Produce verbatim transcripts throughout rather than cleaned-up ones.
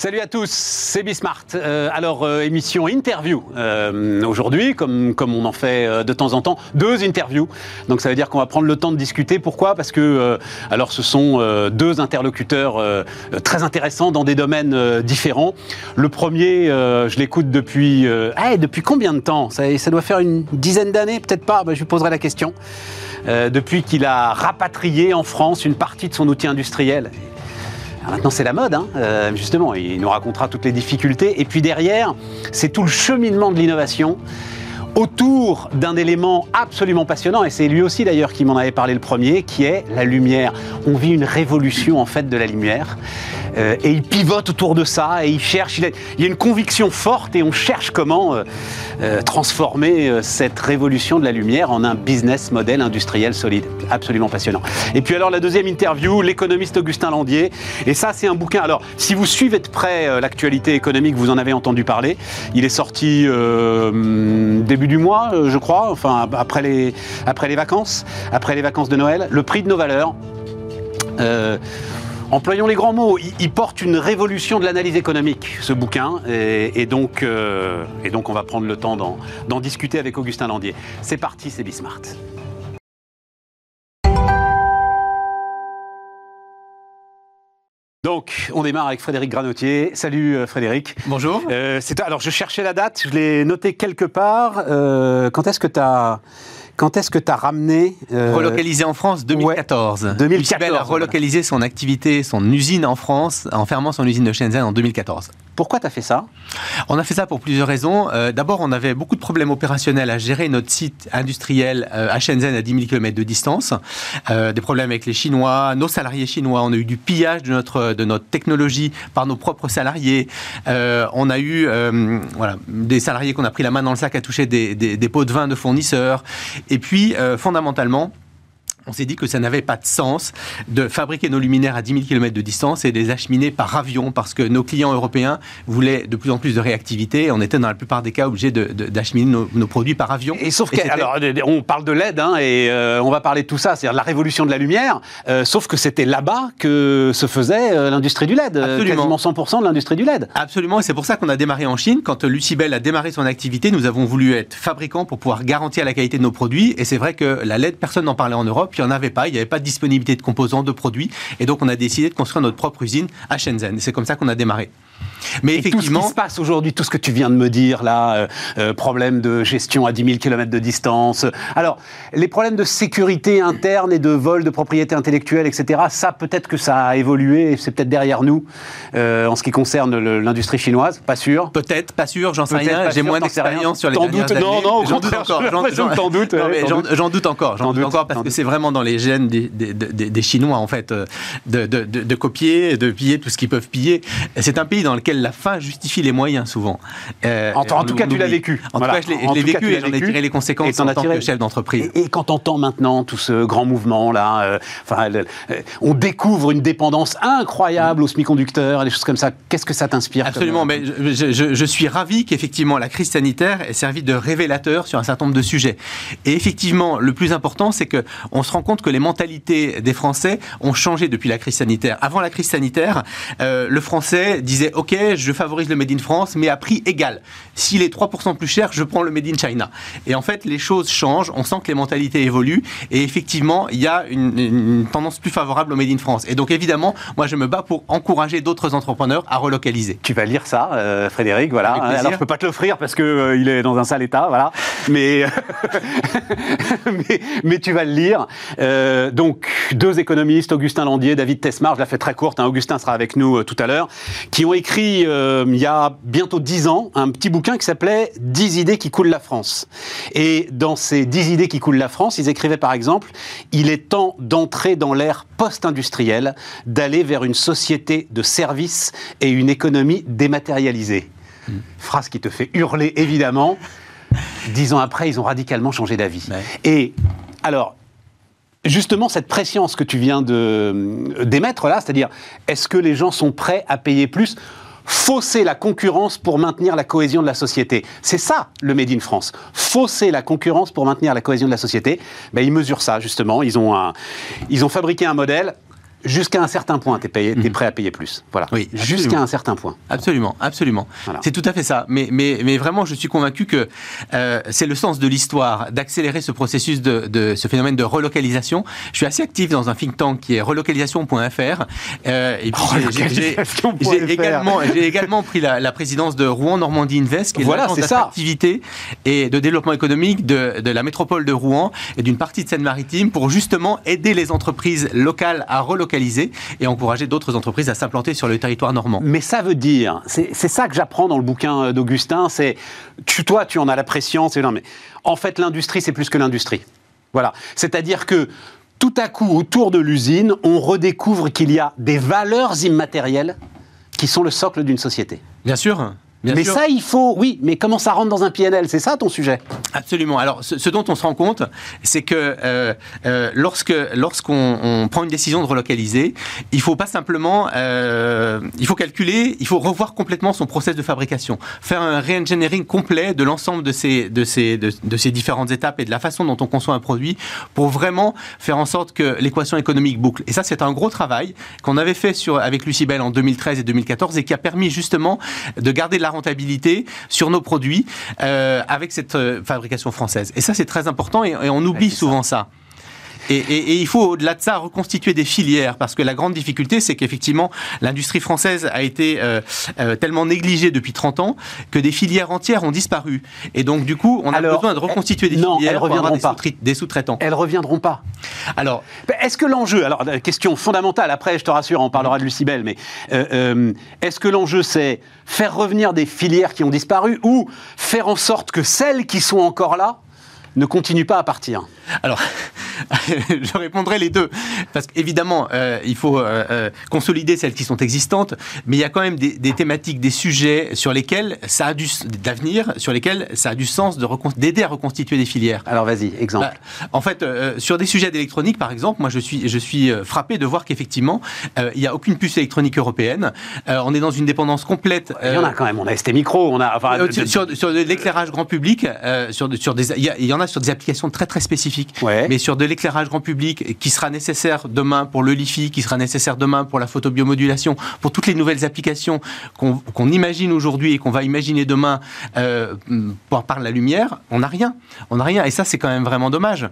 Salut à tous, c'est Bismart. Euh, alors, euh, émission interview euh, aujourd'hui, comme, comme on en fait euh, de temps en temps, deux interviews. Donc ça veut dire qu'on va prendre le temps de discuter. Pourquoi ? Parce que euh, alors, ce sont euh, deux interlocuteurs euh, très intéressants dans des domaines euh, différents. Le premier, euh, je l'écoute depuis... Euh, hey, depuis combien de temps ? ça, ça doit faire une dizaine d'années, peut-être pas, bah, je lui poserai la question. Euh, depuis qu'il a rapatrié en France une partie de son outil industriel. Alors maintenant, c'est la mode, hein. euh, justement, il nous racontera toutes les difficultés. Et puis derrière, c'est tout le cheminement de l'innovation autour d'un élément absolument passionnant, et c'est lui aussi d'ailleurs qui m'en avait parlé le premier, qui est la lumière. On vit une révolution en fait de la lumière, euh, et il pivote autour de ça, et il cherche, il, a, il y a une conviction forte, et on cherche comment euh, euh, transformer euh, cette révolution de la lumière en un business model industriel solide. Absolument passionnant. Et puis alors la deuxième interview, l'économiste Augustin Landier, et ça c'est un bouquin, alors si vous suivez de près euh, l'actualité économique, vous en avez entendu parler, il est sorti euh, début du mois, je crois, enfin après les, après les vacances, après les vacances de Noël, le prix de nos valeurs. Euh, employons les grands mots, il, il porte une révolution de l'analyse économique, ce bouquin, et, et, donc, euh, et donc on va prendre le temps d'en, d'en discuter avec Augustin Landier. C'est parti, c'est Bismart. Donc, on démarre avec Frédéric Granotier. Salut euh, Frédéric. Bonjour. Euh, c'est, alors, je cherchais la date, je l'ai noté quelque part. Euh, quand est-ce que tu as... Quand est-ce que tu as ramené... Euh... Relocalisé en France, deux mille quatorze. Ouais, deux mille quatorze. Lucibel a relocalisé voilà. son activité, son usine en France, en fermant son usine de Shenzhen en deux mille quatorze. Pourquoi tu as fait ça ? On a fait ça pour plusieurs raisons. Euh, d'abord, on avait beaucoup de problèmes opérationnels à gérer notre site industriel euh, à Shenzhen à dix mille kilomètres de distance. Euh, des problèmes avec les Chinois, nos salariés chinois. On a eu du pillage de notre, de notre technologie par nos propres salariés. Euh, on a eu euh, voilà, des salariés qu'on a pris la main dans le sac à toucher des, des, des pots de vin de fournisseurs. Et puis, euh, fondamentalement, on s'est dit que ça n'avait pas de sens de fabriquer nos luminaires à dix mille kilomètres de distance et de les acheminer par avion parce que nos clients européens voulaient de plus en plus de réactivité et on était dans la plupart des cas obligés de, de, d'acheminer nos, nos produits par avion. Et sauf que, alors, on parle de L E D hein, et euh, on va parler de tout ça, c'est-à-dire la révolution de la lumière, euh, sauf que c'était là-bas que se faisait euh, l'industrie du L E D, Absolument. quasiment cent pour cent de l'industrie du L E D. Absolument, et c'est pour ça qu'on a démarré en Chine. Quand Lucibel a démarré son activité, nous avons voulu être fabricants pour pouvoir garantir la qualité de nos produits et c'est vrai que la L E D, personne n'en parlait en Europe, il n'y en avait pas, il n'y avait pas de disponibilité de composants, de produits, et donc on a décidé de construire notre propre usine à Shenzhen. C'est comme ça qu'on a démarré. Mais et effectivement, tout ce qui se passe aujourd'hui, tout ce que tu viens de me dire là, euh, euh, problème de gestion à dix mille kilomètres de distance. Alors, les problèmes de sécurité interne et de vol de propriété intellectuelle, et cetera. Ça, peut-être que ça a évolué, c'est peut-être derrière nous euh, en ce qui concerne le, l'industrie chinoise. Pas sûr. Peut-être, pas sûr. J'en sais rien. J'ai moins d'expérience sur les t'en dernières doutes, années. Non, non. J'en doute encore. J'en, j'en, j'en doute. Non, mais j'en, j'en, j'en doute encore. J'en doute encore parce que c'est vraiment dans les gènes des, des, des, des Chinois en fait de, de, de, de copier, de piller tout ce qu'ils peuvent piller. C'est un pays dans lequel la fin justifie les moyens souvent. Euh, en, en tout cas, tu l'as vécu. En voilà. tout cas, je l'ai, je l'ai vécu et j'en ai tiré les conséquences en tant que chef d'entreprise. Et, et quand on entend maintenant tout ce grand mouvement là, euh, enfin, le, euh, on découvre une dépendance incroyable aux semi-conducteurs, des choses comme ça. Qu'est-ce que ça t'inspire ? Absolument. Comme... Mais je, je, je suis ravi qu'effectivement la crise sanitaire ait servi de révélateur sur un certain nombre de sujets. Et effectivement, le plus important, c'est que on se rend compte que les mentalités des Français ont changé depuis la crise sanitaire. Avant la crise sanitaire, euh, le Français disait OK, je favorise le Made in France, mais à prix égal. S'il est trois pour cent plus cher, je prends le Made in China. Et en fait, les choses changent, on sent que les mentalités évoluent, et effectivement, il y a une, une tendance plus favorable au Made in France. Et donc, évidemment, moi, je me bats pour encourager d'autres entrepreneurs à relocaliser. Tu vas lire ça, euh, Frédéric, voilà. Alors, je ne peux pas te l'offrir parce qu'il euh, est dans un sale état, voilà. Mais, mais, mais tu vas le lire. Euh, donc, deux économistes, Augustin Landier, David Tesmar, je la fais très courte, hein, Augustin sera avec nous euh, tout à l'heure, qui ont écrit euh, il y a bientôt dix ans un petit bouquin qui s'appelait dix idées qui coulent la France. Et dans ces dix idées qui coulent la France, ils écrivaient par exemple « Il est temps d'entrer dans l'ère post-industrielle, d'aller vers une société de services et une économie dématérialisée. Mmh. » Phrase qui te fait hurler évidemment. Dix ans après, ils ont radicalement changé d'avis. Ouais. Et alors... Justement, cette pression que tu viens de, d'émettre là, c'est-à-dire, est-ce que les gens sont prêts à payer plus ? Fausser la concurrence pour maintenir la cohésion de la société. C'est ça, le Made in France. Fausser la concurrence pour maintenir la cohésion de la société. Ben, ils mesurent ça, justement. Ils ont, un, ils ont fabriqué un modèle. Jusqu'à un certain point, tu es mmh. prêt à payer plus. Voilà. Oui, jusqu'à un certain point. Absolument, absolument. Voilà. C'est tout à fait ça. Mais, mais, mais vraiment, je suis convaincu que euh, c'est le sens de l'histoire d'accélérer ce processus de, de ce phénomène de relocalisation. Je suis assez actif dans un think tank qui est relocalisation point f r. Euh, et puis j'ai, j'ai, également, j'ai également pris la, la présidence de Rouen Normandie Invest, qui est voilà, l'agence d'attractivité et de développement économique de, de la métropole de Rouen et d'une partie de Seine-Maritime pour justement aider les entreprises locales à relocaliser et encourager d'autres entreprises à s'implanter sur le territoire normand. Mais ça veut dire, c'est, c'est ça que j'apprends dans le bouquin d'Augustin, c'est, tu, toi tu en as la prescience, et non, mais en fait l'industrie c'est plus que l'industrie. Voilà, c'est-à-dire que tout à coup autour de l'usine, on redécouvre qu'il y a des valeurs immatérielles qui sont le socle d'une société. Bien sûr. Bien mais sûr. ça, il faut... Oui, mais comment ça rentre dans un P and L? C'est ça, ton sujet? Absolument. Alors, ce, ce dont on se rend compte, c'est que euh, euh, lorsque, lorsqu'on on prend une décision de relocaliser, il ne faut pas simplement... Euh, il faut calculer, il faut revoir complètement son process de fabrication. Faire un re-engineering complet de l'ensemble de ces, de, ces, de, de ces différentes étapes et de la façon dont on conçoit un produit pour vraiment faire en sorte que l'équation économique boucle. Et ça, c'est un gros travail qu'on avait fait sur, avec Lucibel en deux mille treize et deux mille quatorze et qui a permis justement de garder de la rentabilité sur nos produits euh, avec cette euh, fabrication française. Et ça, c'est très important et, et on oublie ouais, souvent ça. ça. Et, et, et il faut, au-delà de ça, reconstituer des filières, parce que la grande difficulté, c'est qu'effectivement, l'industrie française a été euh, euh, tellement négligée depuis trente ans que des filières entières ont disparu. Et donc, du coup, on a Alors, besoin de reconstituer des non, filières elles pour avoir des, pas. sous- des sous-traitants. Elles reviendront pas. Alors, est-ce que l'enjeu, alors question fondamentale, après je te rassure, on parlera de Lucibel, mais euh, euh, est-ce que l'enjeu c'est faire revenir des filières qui ont disparu ou faire en sorte que celles qui sont encore là ne continuent pas à partir? Alors, je répondrai les deux. Parce qu'évidemment, euh, il faut euh, euh, consolider celles qui sont existantes, mais il y a quand même des, des thématiques, des sujets sur lesquels ça a du d'avenir, sur lesquels ça a du sens de recon- d'aider à reconstituer des filières. Alors vas-y, exemple. Bah, en fait, euh, sur des sujets d'électronique, par exemple, moi je suis, je suis frappé de voir qu'effectivement, euh, il n'y a aucune puce électronique européenne. Euh, on est dans une dépendance complète. Euh, il y en a quand même, on a S T Micro, on a... Enfin, euh, sur, sur, sur de l'éclairage grand public, euh, sur, sur des, il y, il y en a sur des applications très très spécifiques, ouais. mais sur de l'éclairage grand public qui sera nécessaire demain pour le Li-Fi, qui sera nécessaire demain pour la photobiomodulation, pour toutes les nouvelles applications qu'on, qu'on imagine aujourd'hui et qu'on va imaginer demain euh, par, par la lumière, on n'a rien. On n'a rien. Et ça, c'est quand même vraiment dommage.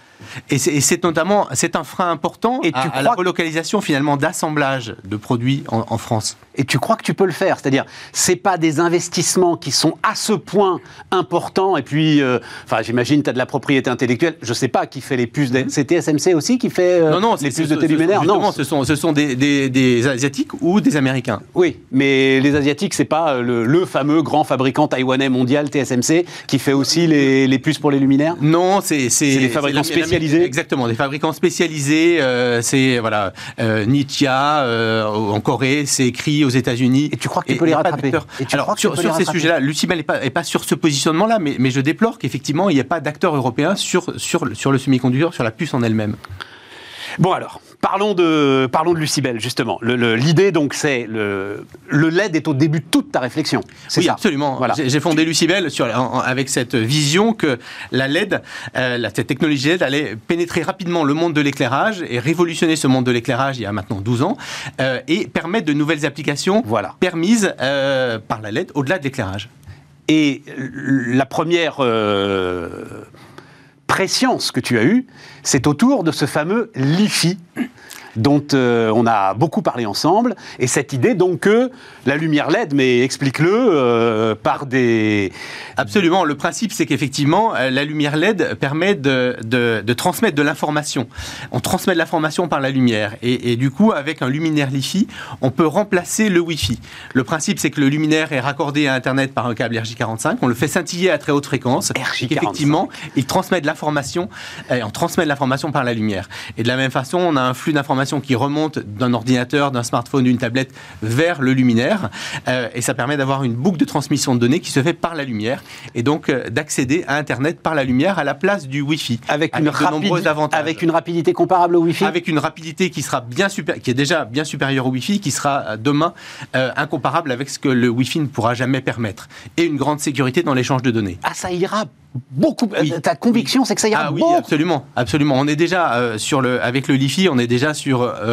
Et c'est, et c'est notamment, c'est un frein important et à, à la relocalisation finalement d'assemblage de produits en, en France. Et tu crois que tu peux le faire? C'est-à-dire, c'est pas des investissements qui sont à ce point importants. Et puis, euh, enfin, j'imagine, tu as de la propriété intellectuelle. Je sais pas qui fait les puces. De... C'est T S M C aussi qui fait euh, non, non, les c'est, puces ce, de tes luminaires? Non, ce sont, ce sont des, des, des Asiatiques ou des Américains. Oui, mais les Asiatiques, c'est pas le, le fameux grand fabricant taïwanais mondial T S M C qui fait aussi les, les puces pour les luminaires? Non, c'est c'est, c'est des fabricants c'est spécialisés. Exactement, des fabricants spécialisés. Euh, c'est voilà, euh, Nitia euh, en Corée, c'est écrit aux États-Unis. Et tu crois que tu peux les rattraper? Et tu Alors sur, sur ces sujets-là, Lucibel n'est pas, est pas sur ce positionnement-là, mais, mais je déplore qu'effectivement il n'y ait pas d'acteurs européens sur sur sur le semi-conducteur, sur la puce en elle-même. Bon alors, parlons de, parlons de Lucibel, justement. Le, le, l'idée, donc, c'est... Le, le L E D est au début de toute ta réflexion. C'est oui, ça. Absolument. Voilà. J'ai, j'ai fondé Lucibel sur, en, avec cette vision que la L E D, euh, la, cette technologie L E D allait pénétrer rapidement le monde de l'éclairage et révolutionner ce monde de l'éclairage il y a maintenant douze ans euh, et permettre de nouvelles applications voilà. permises euh, par la L E D au-delà de l'éclairage. Et la première... Euh préscience que tu as eue, c'est autour de ce fameux Li-Fi dont euh, on a beaucoup parlé ensemble, et cette idée donc que la lumière L E D, mais explique-le, euh, par des... Absolument, le principe c'est qu'effectivement, la lumière L E D permet de, de, de transmettre de l'information. On transmet de l'information par la lumière, et, et du coup, avec un luminaire Li-Fi, on peut remplacer le Wi-Fi. Le principe c'est que le luminaire est raccordé à Internet par un câble R J quarante-cinq, on le fait scintiller à très haute fréquence, R J quarante-cinq. Effectivement, il transmet de l'information, et on transmet de l'information par la lumière. Et de la même façon, on a un flux d'informations qui remonte d'un ordinateur, d'un smartphone, d'une tablette vers le luminaire, euh, et ça permet d'avoir une boucle de transmission de données qui se fait par la lumière, et donc euh, d'accéder à Internet par la lumière à la place du Wi-Fi, avec, avec, une, rapide, avec une rapidité comparable au Wi-Fi, avec une rapidité qui sera bien super, qui est déjà bien supérieure au Wi-Fi, qui sera demain euh, incomparable avec ce que le Wi-Fi ne pourra jamais permettre, et une grande sécurité dans l'échange de données. Ah, ça ira beaucoup. Oui. Ta conviction, oui. c'est que ça ira ah, beaucoup. Oui, absolument, absolument. On est déjà euh, sur le, avec le Li-Fi, on est déjà sur euh,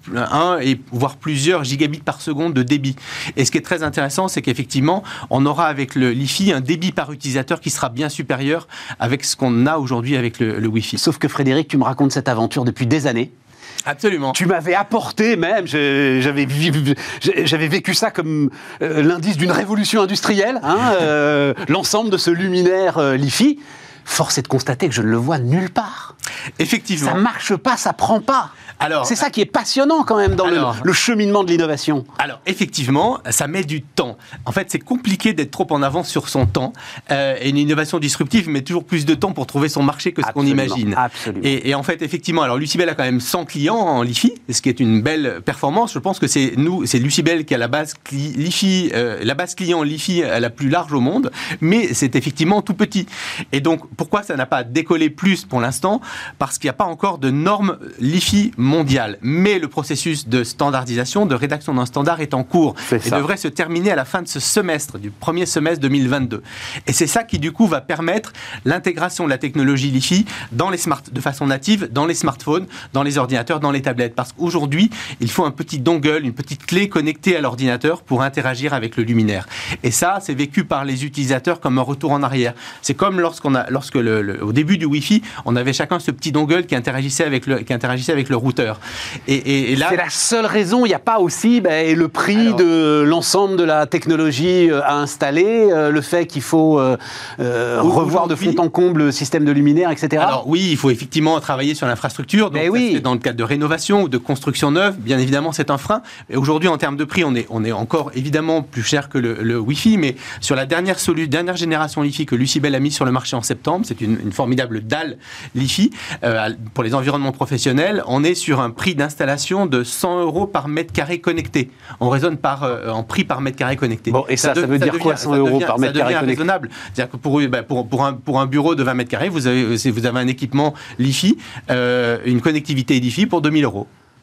un et voire plusieurs gigabits par seconde de débit. Et ce qui est très intéressant, c'est qu'effectivement, on aura avec le Li-Fi un débit par utilisateur qui sera bien supérieur avec ce qu'on a aujourd'hui avec le, le Wi-Fi. Sauf que Frédéric, tu me racontes cette aventure depuis des années. Absolument. Tu m'avais apporté même, j'avais, j'avais vécu ça comme euh, l'indice d'une révolution industrielle, hein, euh, l'ensemble de ce luminaire euh, Li-Fi. Force est de constater que je ne le vois nulle part. Effectivement. Ça marche pas, ça prend pas. Alors, c'est ça qui est passionnant quand même dans alors, le, le cheminement de l'innovation. Alors, effectivement, ça met du temps. En fait, c'est compliqué d'être trop en avance sur son temps. Euh, et une innovation disruptive met toujours plus de temps pour trouver son marché que ce qu'on imagine. Absolument. Et, et en fait, effectivement, alors Lucibel a quand même cent clients en Li-Fi, ce qui est une belle performance. Je pense que c'est nous, c'est Lucibel qui a la base Li-Fi, euh, la base client Li-Fi la plus large au monde, mais c'est effectivement tout petit. Et donc, pourquoi ça n'a pas décollé plus pour l'instant ? Parce qu'il n'y a pas encore de normes Li-Fi mondiales. Mais le processus de standardisation, de rédaction d'un standard est en cours c'est et ça. devrait se terminer à la fin de ce semestre, du premier semestre deux mille vingt-deux. Et c'est ça qui, du coup, va permettre l'intégration de la technologie Li-Fi dans les smart, de façon native dans les smartphones, dans les ordinateurs, dans les tablettes. Parce qu'aujourd'hui, il faut un petit dongle, une petite clé connectée à l'ordinateur pour interagir avec le luminaire. Et ça, c'est vécu par les utilisateurs comme un retour en arrière. C'est comme lorsqu'on a, lorsque le, le, au début du Wi-Fi, on avait chacun ce petit dongle qui interagissait avec le, qui interagissait avec le routeur. Et, et, et là, c'est la seule raison. Il n'y a pas aussi ben, le prix alors, de l'ensemble de la technologie à installer, euh, le fait qu'il faut euh, euh, revoir de fond en comble le système de luminaire, et cetera. Alors oui, il faut effectivement travailler sur l'infrastructure. Donc, oui. dans le cadre de rénovation ou de construction neuve, bien évidemment, c'est un frein. Et aujourd'hui, en termes de prix, on est, on est encore évidemment plus cher que le, le Wi-Fi, mais sur la dernière, solu, dernière génération Li-Fi que Lucibel a mis sur le marché en septembre, c'est une, une formidable dalle Li-Fi euh, pour les environnements professionnels. On est sur un prix d'installation de cent euros par mètre carré connecté. On raisonne par, euh, en prix par mètre carré connecté. Bon, et ça, ça, de, ça veut ça dire devient, quoi, cent euros par mètre carré connecté ? Ça devient raisonnable. C'est-à-dire que pour, bah, pour, pour, un, pour un bureau de vingt mètres carrés, vous avez, vous avez un équipement Li-Fi, euh, une connectivité Li-Fi pour deux mille euros.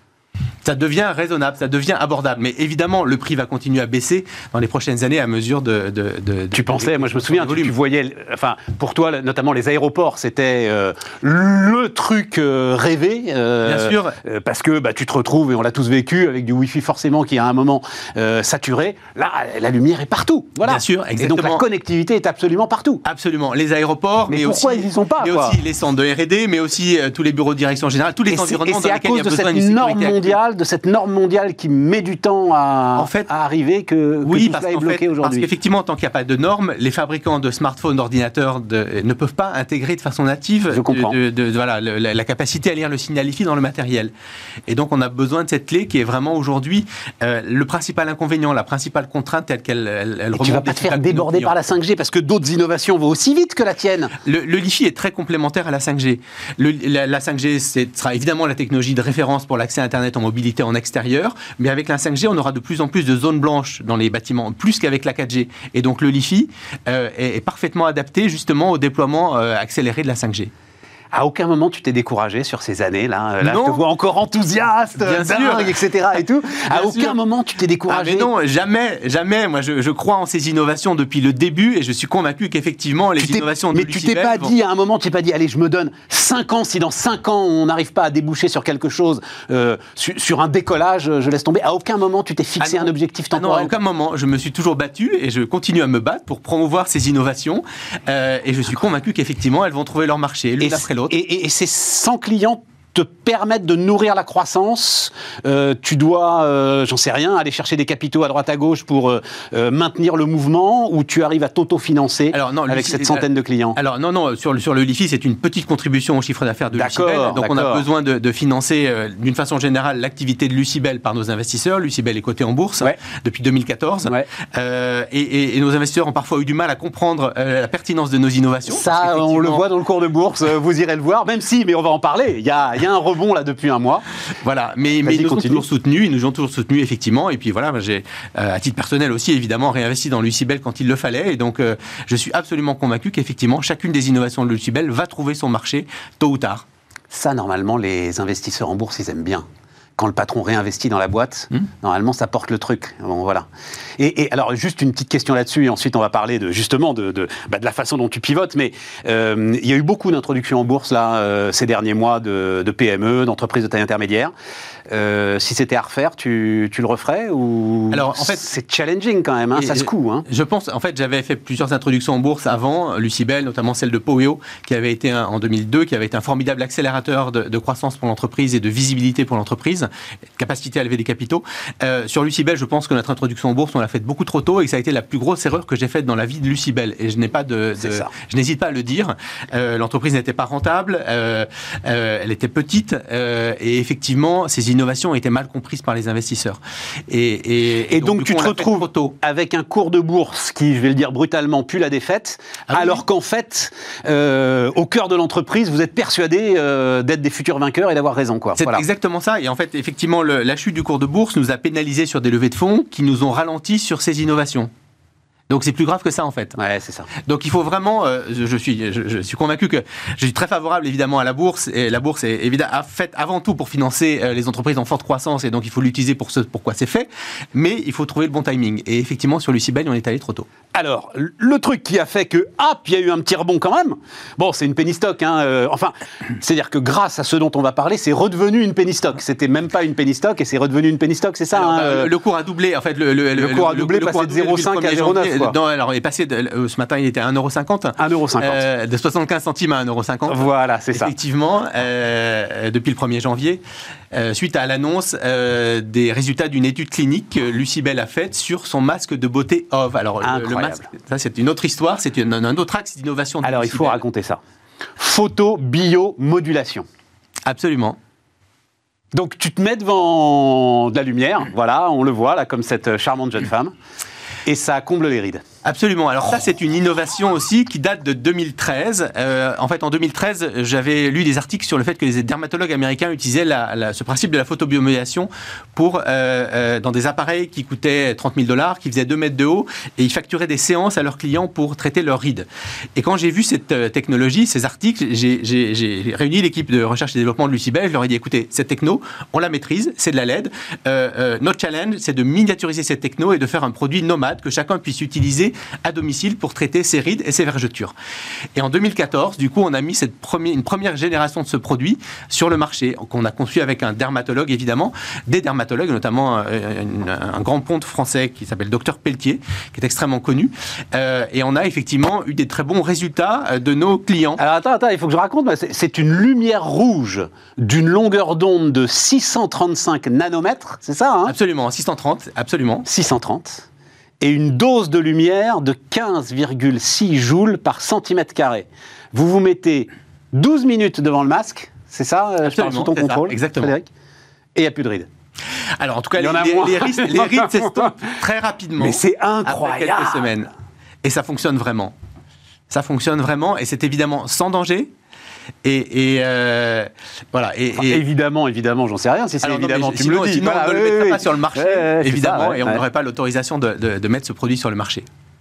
Ça devient raisonnable, ça devient abordable. Mais évidemment, le prix va continuer à baisser dans les prochaines années à mesure de... de, de tu de, pensais, de, moi je me souviens, tu, tu voyais... Enfin, pour toi, notamment les aéroports, c'était euh, le truc euh, rêvé. Euh, Bien sûr. Euh, parce que bah, tu te retrouves, et on l'a tous vécu, avec du Wi-Fi forcément qui à un moment euh, saturé. Là, la lumière est partout. Voilà. Bien sûr, exactement. Et donc la connectivité est absolument partout. Absolument. Les aéroports, mais, mais pourquoi aussi, ils n'y sont pas mais quoi. aussi les centres de R et D, mais aussi euh, tous les bureaux de direction générale, tous les et environnements dans lesquels il y a besoin d'une sécurité mondiale, de cette norme mondiale qui met du temps à, en fait, à arriver, que, que oui, tout parce cela est bloqué fait, aujourd'hui. Parce qu'effectivement, tant qu'il n'y a pas de normes, les fabricants de smartphones, d'ordinateurs de, ne peuvent pas intégrer de façon native Je comprends. De, de, de, voilà, le, la, la capacité à lire le signal Li-Fi dans le matériel. Et donc, on a besoin de cette clé qui est vraiment aujourd'hui euh, le principal inconvénient, la principale contrainte telle qu'elle elle, elle remonte. Tu ne vas pas te faire déborder par la cinq G parce que d'autres innovations vont aussi vite que la tienne. Le, le Li-Fi est très complémentaire à la cinq G. Le, la, la cinq G c'est, sera évidemment la technologie de référence pour l'accès à Internet en mobilité en extérieur, mais avec la cinq G, on aura de plus en plus de zones blanches dans les bâtiments, plus qu'avec la quatre G. Et donc le Li-Fi euh, est, est parfaitement adapté justement au déploiement euh, accéléré de la cinq G. À aucun moment tu t'es découragé sur ces années là. Là, non. Je te vois encore enthousiaste, bien dingue, sûr, et cetera. Et tout. À bien aucun sûr. moment tu t'es découragé. Ah mais non, jamais, jamais. Moi, je, je crois en ces innovations depuis le début et je suis convaincu qu'effectivement les innovations de Mais tu t'es pas vont... dit à un moment, tu t'es pas dit, allez, je me donne cinq ans. Si dans cinq ans on n'arrive pas à déboucher sur quelque chose, euh, sur, sur un décollage, je laisse tomber. À aucun moment tu t'es fixé ah un objectif temporel. Ah non, à aucun moment. Je me suis toujours battu et je continue à me battre pour promouvoir ces innovations. Euh, et je suis convaincu qu'effectivement elles vont trouver leur marché l'une après l'autre. Et, et, et c'est cent clients te permettent de nourrir la croissance, euh, tu dois, euh, j'en sais rien, aller chercher des capitaux à droite à gauche pour euh, euh, maintenir le mouvement, ou tu arrives à t'auto-financer avec cette centaine de clients? Alors non, non, sur le, sur le Li-Fi, c'est une petite contribution au chiffre d'affaires de Lucibel, donc on a besoin de, de financer euh, d'une façon générale l'activité de Lucibel par nos investisseurs. Lucibel est coté en bourse ouais. depuis deux mille quatorze, ouais. euh, et, et, et nos investisseurs ont parfois eu du mal à comprendre euh, la pertinence de nos innovations. Ça, on le voit dans le cours de bourse, vous irez le voir, même si, mais on va en parler, il y a, il y a un rebond là depuis un mois. Voilà, mais, mais ils nous continue. ont toujours soutenus, ils nous ont toujours soutenus effectivement, et puis voilà, ben j'ai euh, à titre personnel aussi évidemment réinvesti dans Lucibel quand il le fallait, et donc euh, je suis absolument convaincu qu'effectivement chacune des innovations de Lucibel va trouver son marché tôt ou tard. Ça, normalement, les investisseurs en bourse, ils aiment bien. quand le patron réinvestit dans la boîte, mmh. normalement, ça porte le truc. Bon, voilà. Et, et alors, juste une petite question là-dessus, et ensuite, on va parler de, justement de, de, bah, de la façon dont tu pivotes. Mais euh, il y a eu beaucoup d'introductions en bourse là, euh, ces derniers mois de, de P M E, d'entreprises de taille intermédiaire. Euh, si c'était à refaire, tu, tu le referais ou... Alors, en fait, c'est challenging quand même, hein, ça se coud. Hein. Je pense, en fait, j'avais fait plusieurs introductions en bourse avant, Lucibel, notamment celle de Poweo, qui avait été un, en deux mille deux, qui avait été un formidable accélérateur de, de croissance pour l'entreprise et de visibilité pour l'entreprise, capacité à lever des capitaux. Euh, sur Lucibel, je pense que notre introduction en bourse, on l'a faite beaucoup trop tôt et que ça a été la plus grosse erreur que j'ai faite dans la vie de Lucibel. Et je n'ai pas de, de je n'hésite pas à le dire. Euh, l'entreprise n'était pas rentable, euh, euh, elle était petite euh, et effectivement, ces innovations ont été mal comprises par les investisseurs. Et, et, et, et donc, donc tu te retrouves avec un cours de bourse qui, je vais le dire brutalement, pue la défaite, ah alors oui. qu'en fait, euh, au cœur de l'entreprise, vous êtes persuadé euh, d'être des futurs vainqueurs et d'avoir raison, quoi. C'est voilà. exactement ça. Et en fait, effectivement, le, la chute du cours de bourse nous a pénalisé sur des levées de fonds qui nous ont ralenti sur ces innovations. Donc c'est plus grave que ça en fait. Ouais, c'est ça. Donc il faut vraiment, euh, je, je suis, je, je suis convaincu que je suis très favorable évidemment à la bourse et la bourse est évidemment faite avant tout pour financer euh, les entreprises en forte croissance et donc il faut l'utiliser pour ce pourquoi c'est fait. Mais il faut trouver le bon timing. Et effectivement sur Lucibel on est allé trop tôt. Alors le truc qui a fait que hop, il y a eu un petit rebond quand même. Bon, c'est une penny stock. Hein, euh, enfin, c'est-à-dire que grâce à ce dont on va parler, c'est redevenu une penny stock. C'était même pas une penny stock et c'est redevenu une penny stock, c'est ça. Alors, hein, euh, le, le cours a doublé. En fait, le, le, le, le cours a doublé, le, passé de zéro virgule cinq à zéro virgule neuf. Non, alors il est passé, de, euh, ce matin il était à un euro cinquante. un euro cinquante. Euh, de soixante-quinze centimes à un euro cinquante. Voilà, c'est ça. Effectivement, euh, depuis le premier janvier, euh, suite à l'annonce euh, des résultats d'une étude clinique que Lucibel a faite sur son masque de beauté O V. Alors le, le masque, ça c'est une autre histoire, c'est une, un autre axe d'innovation. Alors il faut raconter ça. Photo biomodulation. Absolument. Donc tu te mets devant de la lumière, voilà, on le voit là comme cette charmante jeune femme. Et ça comble les rides. Absolument. Alors ça, c'est une innovation aussi qui date de deux mille treize. Euh, en fait, en deux mille treize, j'avais lu des articles sur le fait que les dermatologues américains utilisaient la, la, ce principe de la photobiomodulation pour, euh, euh, dans des appareils qui coûtaient trente mille dollars, qui faisaient deux mètres de haut, et ils facturaient des séances à leurs clients pour traiter leurs rides. Et quand j'ai vu cette euh, technologie, ces articles, j'ai, j'ai, j'ai réuni l'équipe de recherche et développement de Lucibel. Je leur ai dit, écoutez, cette techno, on la maîtrise, c'est de la L E D. Euh, euh, notre challenge, c'est de miniaturiser cette techno et de faire un produit nomade que chacun puisse utiliser à domicile pour traiter ses rides et ses vergetures. Et en deux mille quatorze, du coup, on a mis cette première, une première génération de ce produit sur le marché, qu'on a conçu avec un dermatologue, évidemment, des dermatologues, notamment euh, une, un grand ponte français qui s'appelle Docteur Pelletier, qui est extrêmement connu. Euh, et on a effectivement eu des très bons résultats de nos clients. Alors attends, attends, il faut que je raconte. C'est, c'est une lumière rouge d'une longueur d'onde de six cent trente-cinq nanomètres, c'est ça, hein ? Absolument, six cent trente, absolument. six cent trente. Et une dose de lumière de quinze virgule six joules par centimètre carré. Vous vous mettez douze minutes devant le masque, c'est ça, absolument, je parle sous ton contrôle, ça, exactement. Frédéric, et il n'y a plus de rides. Alors en tout cas, les, les, les, rides, les rides s'estompent très rapidement. Mais c'est incroyable. Après quelques semaines. Et ça fonctionne vraiment. Ça fonctionne vraiment, et c'est évidemment sans danger. Et, et euh, voilà. Et, enfin, et évidemment, évidemment, j'en sais rien. Si c'est alors, évidemment, non, tu sinon, me le dis. Sinon, voilà, on ne oui, le mettrait oui, pas sur le marché, ouais, évidemment, ça, ouais, et on ouais. n'aurait pas l'autorisation de, de, de mettre ce produit sur le marché.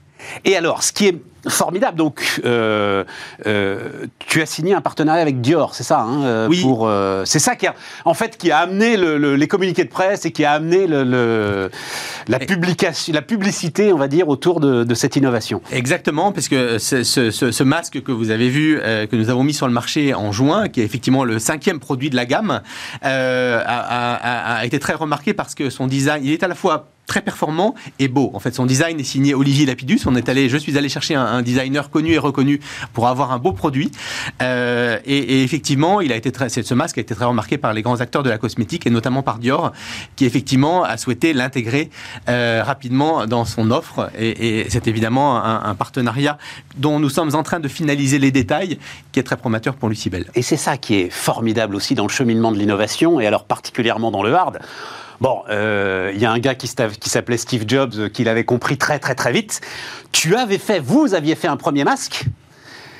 Et alors, ce qui est formidable, donc, euh, euh, tu as signé un partenariat avec Dior, c'est ça, hein, oui. Pour, euh, c'est ça qui a, en fait, qui a amené le, le, les communiqués de presse et qui a amené le, le, la, publication, la publicité, on va dire, autour de, de cette innovation. Exactement, parce que ce, ce, ce masque que vous avez vu, euh, que nous avons mis sur le marché en juin, qui est effectivement le cinquième produit de la gamme, euh, a, a, a été très remarqué parce que son design, il est à la fois très performant et beau. En fait, son design est signé Olivier Lapidus. On est allé, je suis allé chercher un, un designer connu et reconnu pour avoir un beau produit. Euh, et, et effectivement, il a été très, ce masque a été très remarqué par les grands acteurs de la cosmétique et notamment par Dior, qui effectivement a souhaité l'intégrer euh, rapidement dans son offre. Et, et c'est évidemment un, un partenariat dont nous sommes en train de finaliser les détails, qui est très prometteur pour Lucibel. Et c'est ça qui est formidable aussi dans le cheminement de l'innovation, et alors particulièrement dans le hard. Bon, il euh, y a un gars qui, qui s'appelait Steve Jobs, euh, qui l'avait compris très très très vite. Tu avais fait, vous aviez fait un premier masque.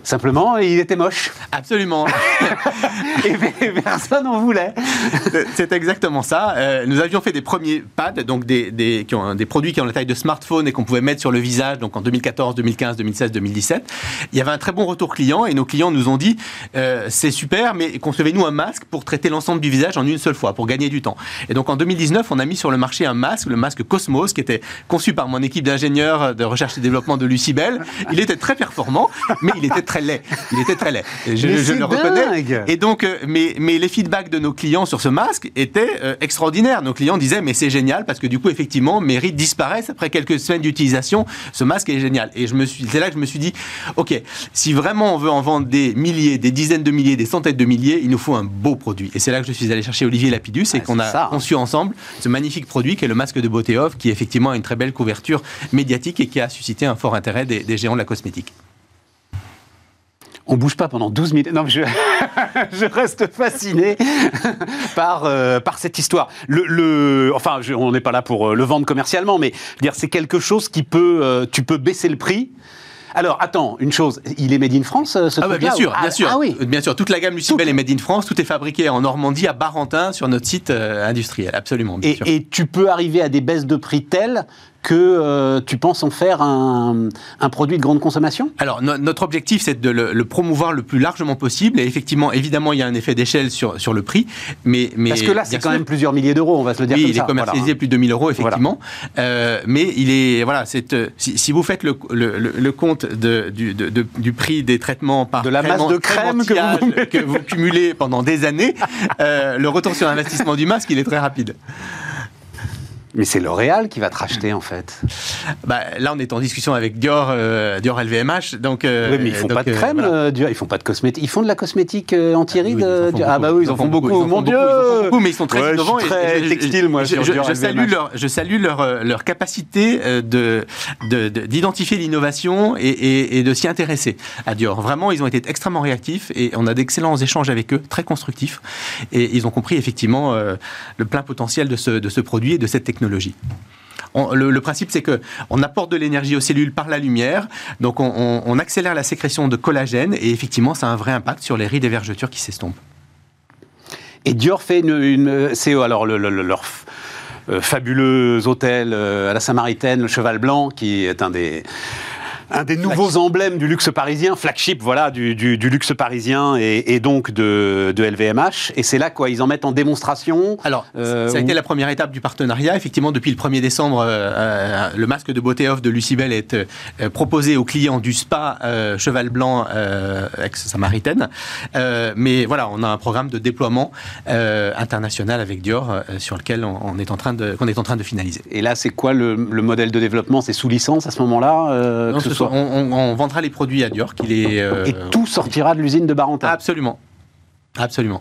Simplement, il était moche. Absolument. Et personne n'en voulait. C'est exactement ça. Euh, nous avions fait des premiers pads, donc des, des, qui ont, des produits qui ont la taille de smartphone et qu'on pouvait mettre sur le visage, donc en deux mille quatorze, deux mille quinze, deux mille seize, deux mille dix-sept. Il y avait un très bon retour client et nos clients nous ont dit euh, c'est super, mais concevez-nous un masque pour traiter l'ensemble du visage en une seule fois, pour gagner du temps. Et donc en deux mille dix-neuf, on a mis sur le marché un masque, le masque Cosmos, qui était conçu par mon équipe d'ingénieurs de recherche et développement de Lucibel. Il était très performant, mais il était très laid. Il était très laid. Je, je le reconnais. Et donc, euh, mais, mais les feedbacks de nos clients sur ce masque étaient euh, extraordinaires. Nos clients disaient, mais c'est génial, parce que du coup, effectivement, mes rides disparaissent après quelques semaines d'utilisation. Ce masque est génial. Et je me suis, c'est là que je me suis dit, ok, si vraiment on veut en vendre des milliers, des dizaines de milliers, des centaines de milliers, il nous faut un beau produit. Et c'est là que je suis allé chercher Olivier Lapidus et ah, qu'on a ça, conçu hein. ensemble ce magnifique produit qui est le masque de beauté off, qui effectivement a une très belle couverture médiatique et qui a suscité un fort intérêt des, des géants de la cosmétique. On bouge pas pendant douze minutes. Non, mais je, je reste fasciné par, euh, par cette histoire. Le, le, enfin, je, on n'est pas là pour euh, le vendre commercialement, mais dire c'est quelque chose qui peut, euh, tu peux baisser le prix. Alors, attends, une chose, il est made in France, ce ah bah bien sûr, ah, bien sûr, ah oui. bien sûr. Toute la gamme Lucibel tout... est made in France, tout est fabriqué en Normandie, à Barentin, sur notre site euh, industriel, absolument. Bien et, sûr. et tu peux arriver à des baisses de prix telles que euh, tu penses en faire un, un produit de grande consommation ? Alors, no- notre objectif, c'est de le, le promouvoir le plus largement possible. Et effectivement, évidemment, il y a un effet d'échelle sur, sur le prix. Mais, mais Parce que là, c'est quand sûr, même plusieurs milliers d'euros, on va se le dire oui, comme ça. Oui, il est commercialisé voilà. plus de deux mille euros, effectivement. Voilà. Euh, mais il est... Voilà, c'est, euh, si, si vous faites le, le, le, le compte de, du, de, de, du prix des traitements par de la masse de crème que vous... que vous cumulez pendant des années, euh, le retour sur investissement du masque, il est très rapide. Mais c'est L'Oréal qui va te racheter, en fait. Bah, là, on est en discussion avec Dior, euh, Dior L V M H. Donc, euh, oui, mais ils font donc, pas de crème, euh, voilà. Dior. Ils font pas de cosmétique. Ils font de la cosmétique euh, anti-rides. Ah, oui, ah bah oui, ils, ils en font beaucoup. beaucoup. Mon Dieu, beaucoup, ils en font beaucoup, mais ils sont très ouais, innovants. Je suis très et, textile, moi. Je, sur je, Dior je, L V M H. salue leur, je salue leur, leur capacité de, de, de, d'identifier l'innovation et, et, et de s'y intéresser à Dior. Vraiment, ils ont été extrêmement réactifs et on a d'excellents échanges avec eux, très constructifs. Et ils ont compris effectivement euh, le plein potentiel de ce, de ce produit et de cette technologie. On, le, le principe, c'est qu'on apporte de l'énergie aux cellules par la lumière, donc on, on, on accélère la sécrétion de collagène, et effectivement, ça a un vrai impact sur les rides et vergetures qui s'estompent. Et Dior fait une, une C E O, alors le, le, le, leur euh, fabuleux hôtel euh, à la Samaritaine, le Cheval Blanc, qui est un des... Un des nouveaux flagship. Emblèmes du luxe parisien, flagship, voilà, du, du, du luxe parisien et, et donc de, de L V M H. Et c'est là quoi, ils en mettent en démonstration. Alors, euh, ça a où... été la première étape du partenariat. Effectivement, depuis le premier décembre, euh, le masque de beauté off de Lucibel est euh, proposé aux clients du spa euh, Cheval Blanc euh, ex-Samaritaine. Euh, mais voilà, on a un programme de déploiement euh, international avec Dior euh, sur lequel on, on est en train de, qu'on est en train de finaliser. Et là, c'est quoi le, le modèle de développement ? C'est sous licence à ce moment-là euh, non, On, on, on vendra les produits à Dior. Qu'il est, euh... Et tout sortira de l'usine de Barentin. Absolument. Absolument.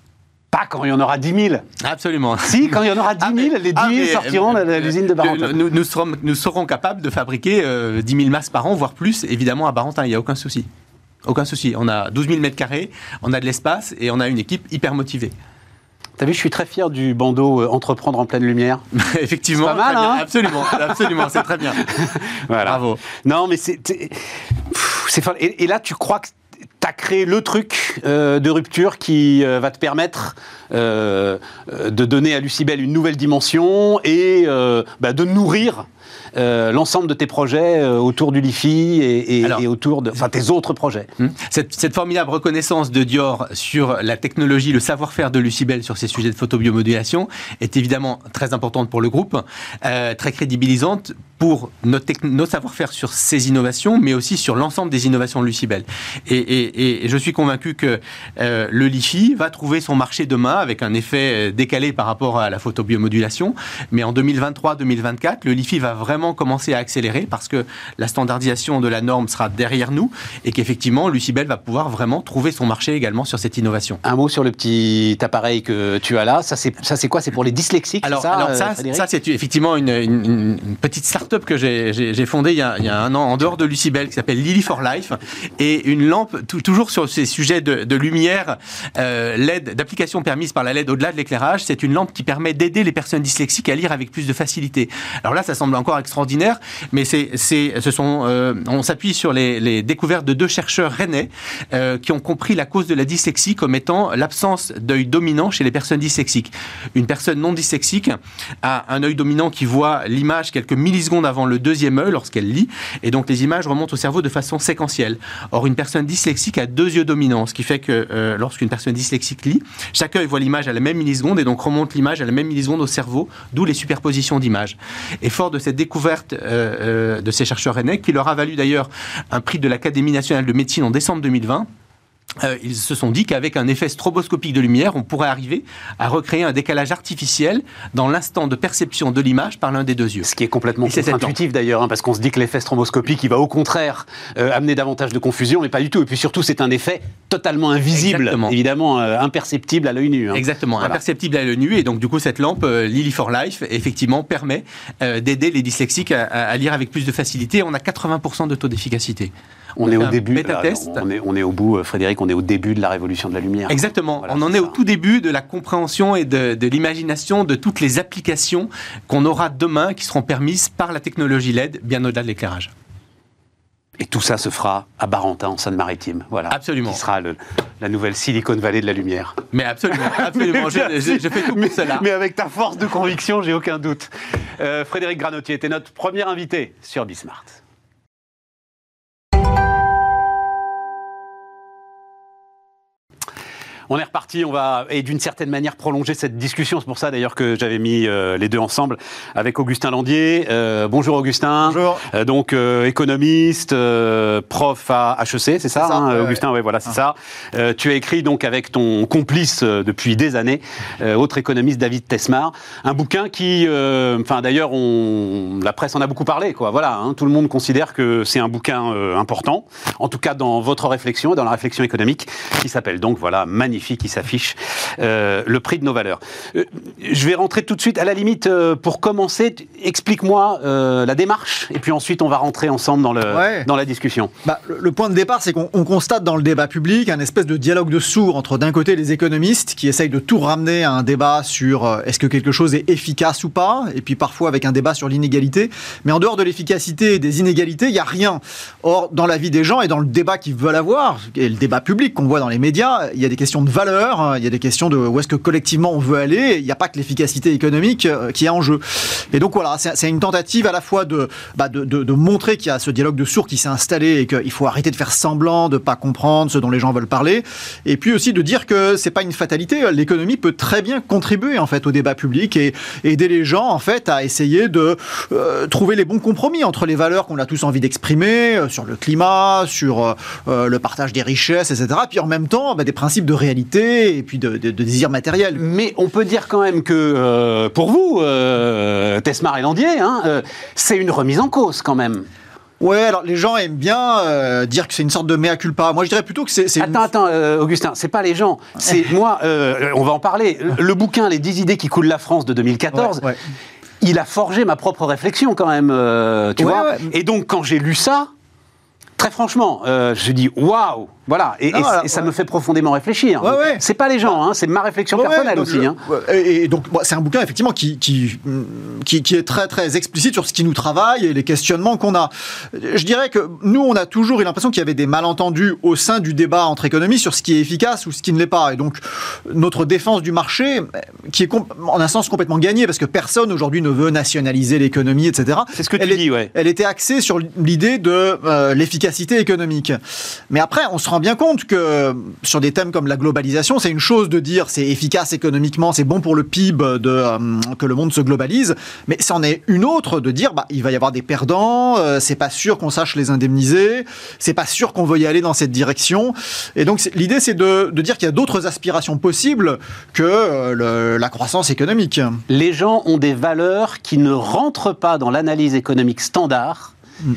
Pas quand il y en aura dix mille. Absolument. Si, quand il y en aura dix mille, ah, les dix mille ah, sortiront de euh, l'usine de Barentin. Nous, nous, serons, nous serons capables de fabriquer euh, dix mille masques par an, voire plus, évidemment, à Barentin. Il n'y a aucun souci. Aucun souci. On a douze mille mètres carrés, on a de l'espace et on a une équipe hyper motivée. T'as vu, je suis très fier du bandeau euh, Entreprendre en pleine lumière. Effectivement, c'est pas mal, hein ? Absolument, absolument, c'est très bien. Voilà. Bravo. Non, mais c'est, c'est, c'est et, et là, tu crois que tu as créé le truc euh, de rupture qui euh, va te permettre euh, de donner à Lucibel une nouvelle dimension et euh, bah, de nourrir Euh, l'ensemble de tes projets euh, autour du Lifi et, et, Alors, et autour de enfin, tes autres projets. Cette, cette formidable reconnaissance de Dior sur la technologie, le savoir-faire de Lucibel sur ces sujets de photobiomodulation est évidemment très importante pour le groupe, euh, très crédibilisante pour nos, techn- nos savoir-faire sur ces innovations, mais aussi sur l'ensemble des innovations de Lucibel. Et, et, et je suis convaincu que euh, le Lifi va trouver son marché demain avec un effet décalé par rapport à la photobiomodulation, mais en deux mille vingt-trois deux mille vingt-quatre, le Lifi va vraiment commencer à accélérer parce que la standardisation de la norme sera derrière nous et qu'effectivement, Lucibel va pouvoir vraiment trouver son marché également sur cette innovation. Un mot sur le petit appareil que tu as là. Ça, c'est, ça, c'est quoi ? C'est pour les dyslexiques, alors, c'est ça, alors ça, Frédéric ? ça, c'est effectivement une, une, une petite start-up que j'ai, j'ai, j'ai fondée il y, a, il y a un an en dehors de Lucibel qui s'appelle Lily for Life et une lampe t- toujours sur ces sujets de, de lumière, euh, L E D, d'application permise par la L E D au-delà de l'éclairage. C'est une lampe qui permet d'aider les personnes dyslexiques à lire avec plus de facilité. Alors là, ça semble encore encore extraordinaires, mais c'est, c'est, ce sont, euh, on s'appuie sur les, les découvertes de deux chercheurs rennais euh, qui ont compris la cause de la dyslexie comme étant l'absence d'œil dominant chez les personnes dyslexiques. Une personne non dyslexique a un œil dominant qui voit l'image quelques millisecondes avant le deuxième œil lorsqu'elle lit, et donc les images remontent au cerveau de façon séquentielle. Or, une personne dyslexique a deux yeux dominants, ce qui fait que euh, lorsqu'une personne dyslexique lit, chaque œil voit l'image à la même milliseconde et donc remonte l'image à la même milliseconde au cerveau, d'où les superpositions d'images. Et fort de cette découverte euh, euh, de ces chercheurs rennais, qui leur a valu d'ailleurs un prix de l'Académie nationale de médecine en décembre deux mille vingt, Euh, ils se sont dit qu'avec un effet stroboscopique de lumière, on pourrait arriver à recréer un décalage artificiel dans l'instant de perception de l'image par l'un des deux yeux. Ce qui est complètement contre-intuitif d'ailleurs, hein, parce qu'on se dit que l'effet stroboscopique, il va au contraire euh, amener davantage de confusion, mais pas du tout. Et puis surtout, c'est un effet totalement invisible, Exactement. évidemment euh, imperceptible à l'œil nu. Hein. Exactement, voilà. Imperceptible à l'œil nu. Et donc du coup, cette lampe euh, Lily for Life, effectivement, permet euh, d'aider les dyslexiques à, à lire avec plus de facilité. On a quatre-vingts pour cent de taux d'efficacité. On, on est au début, là, on, est, on est au bout, Frédéric, on est au début de la révolution de la lumière. Exactement, voilà, on en est, est au tout début de la compréhension et de, de l'imagination de toutes les applications qu'on aura demain qui seront permises par la technologie L E D, bien au-delà de l'éclairage. Et tout ça se fera à Barentin, en Seine-Maritime. Voilà. Absolument. Qui sera le, la nouvelle Silicon Valley de la lumière. Mais absolument, absolument. je, je, je fais tout pour cela. Mais avec ta force de conviction, j'ai aucun doute. Euh, Frédéric Granotier était notre premier invité sur Bismart. On est reparti, on va, et d'une certaine manière, prolonger cette discussion. C'est pour ça, d'ailleurs, que j'avais mis euh, les deux ensemble avec Augustin Landier. Euh, bonjour, Augustin. Bonjour. Euh, donc, euh, économiste, euh, prof à H E C, c'est ça, c'est ça hein, ouais, Augustin, ouais, voilà, c'est ah. ça. Euh, tu as écrit, donc, avec ton complice euh, depuis des années, euh, autre économiste, David Tesmar, un bouquin qui, euh, enfin, d'ailleurs, on, la presse en a beaucoup parlé, quoi. Voilà, hein, tout le monde considère que c'est un bouquin euh, important, en tout cas dans votre réflexion, dans la réflexion économique, qui s'appelle donc, voilà, Magnifique, qui s'affiche, euh, le prix de nos valeurs. Euh, je vais rentrer tout de suite, à la limite, euh, pour commencer, explique-moi euh, la démarche, et puis ensuite on va rentrer ensemble dans, le, ouais. dans la discussion. Bah, le, le point de départ, c'est qu'on on constate dans le débat public un espèce de dialogue de sourds entre d'un côté les économistes qui essayent de tout ramener à un débat sur euh, est-ce que quelque chose est efficace ou pas, et puis parfois avec un débat sur l'inégalité, mais en dehors de l'efficacité et des inégalités, il n'y a rien. Or, dans la vie des gens et dans le débat qu'ils veulent avoir, et le débat public qu'on voit dans les médias, il y a des questions de valeur, il y a des questions de où est-ce que collectivement on veut aller, il n'y a pas que l'efficacité économique qui est en jeu. Et donc voilà, c'est, c'est une tentative à la fois de, bah de, de, de montrer qu'il y a ce dialogue de sourds qui s'est installé et qu'il faut arrêter de faire semblant de ne pas comprendre ce dont les gens veulent parler, et puis aussi de dire que c'est pas une fatalité, l'économie peut très bien contribuer en fait au débat public et, et aider les gens en fait à essayer de euh, trouver les bons compromis entre les valeurs qu'on a tous envie d'exprimer, euh, sur le climat, sur euh, le partage des richesses, et cetera, puis en même temps bah, des principes de réalité et puis de, de, de désir matériel. Mais on peut dire quand même que euh, pour vous, euh, Tesmar et Landier, hein, euh, c'est une remise en cause quand même. Ouais, alors les gens aiment bien euh, dire que c'est une sorte de mea culpa. Moi, je dirais plutôt que c'est... c'est attends, une... attends, euh, Augustin, c'est pas les gens. C'est moi, euh, on va en parler. Le bouquin « Les dix idées qui coulent la France » de deux mille quatorze, ouais, ouais. il a forgé ma propre réflexion quand même, euh, tu ouais, vois. Ouais. Et donc, quand j'ai lu ça, très franchement, euh, je dis « waouh !» Voilà, et, non, et, alors, et ça ouais. me fait profondément réfléchir. Ouais, ouais. C'est pas les gens, hein, c'est ma réflexion ouais, personnelle donc, aussi. Hein. Et, et donc, bon, c'est un bouquin effectivement qui, qui, qui, qui est très très explicite sur ce qui nous travaille et les questionnements qu'on a. Je dirais que nous, on a toujours eu l'impression qu'il y avait des malentendus au sein du débat entre économies sur ce qui est efficace ou ce qui ne l'est pas. Et donc, notre défense du marché, qui est en un sens complètement gagnée, parce que personne aujourd'hui ne veut nationaliser l'économie, et cetera. C'est ce que tu elle dis, est, ouais. Elle était axée sur l'idée de euh, l'efficacité économique. Mais après, on se rend bien compte que sur des thèmes comme la globalisation, c'est une chose de dire c'est efficace économiquement, c'est bon pour le P I B de, euh, que le monde se globalise, mais c'en est une autre de dire bah, il va y avoir des perdants, euh, c'est pas sûr qu'on sache les indemniser, c'est pas sûr qu'on veuille aller dans cette direction. Et donc c'est, l'idée c'est de, de dire qu'il y a d'autres aspirations possibles que euh, le, la croissance économique. Les gens ont des valeurs qui ne rentrent pas dans l'analyse économique standard,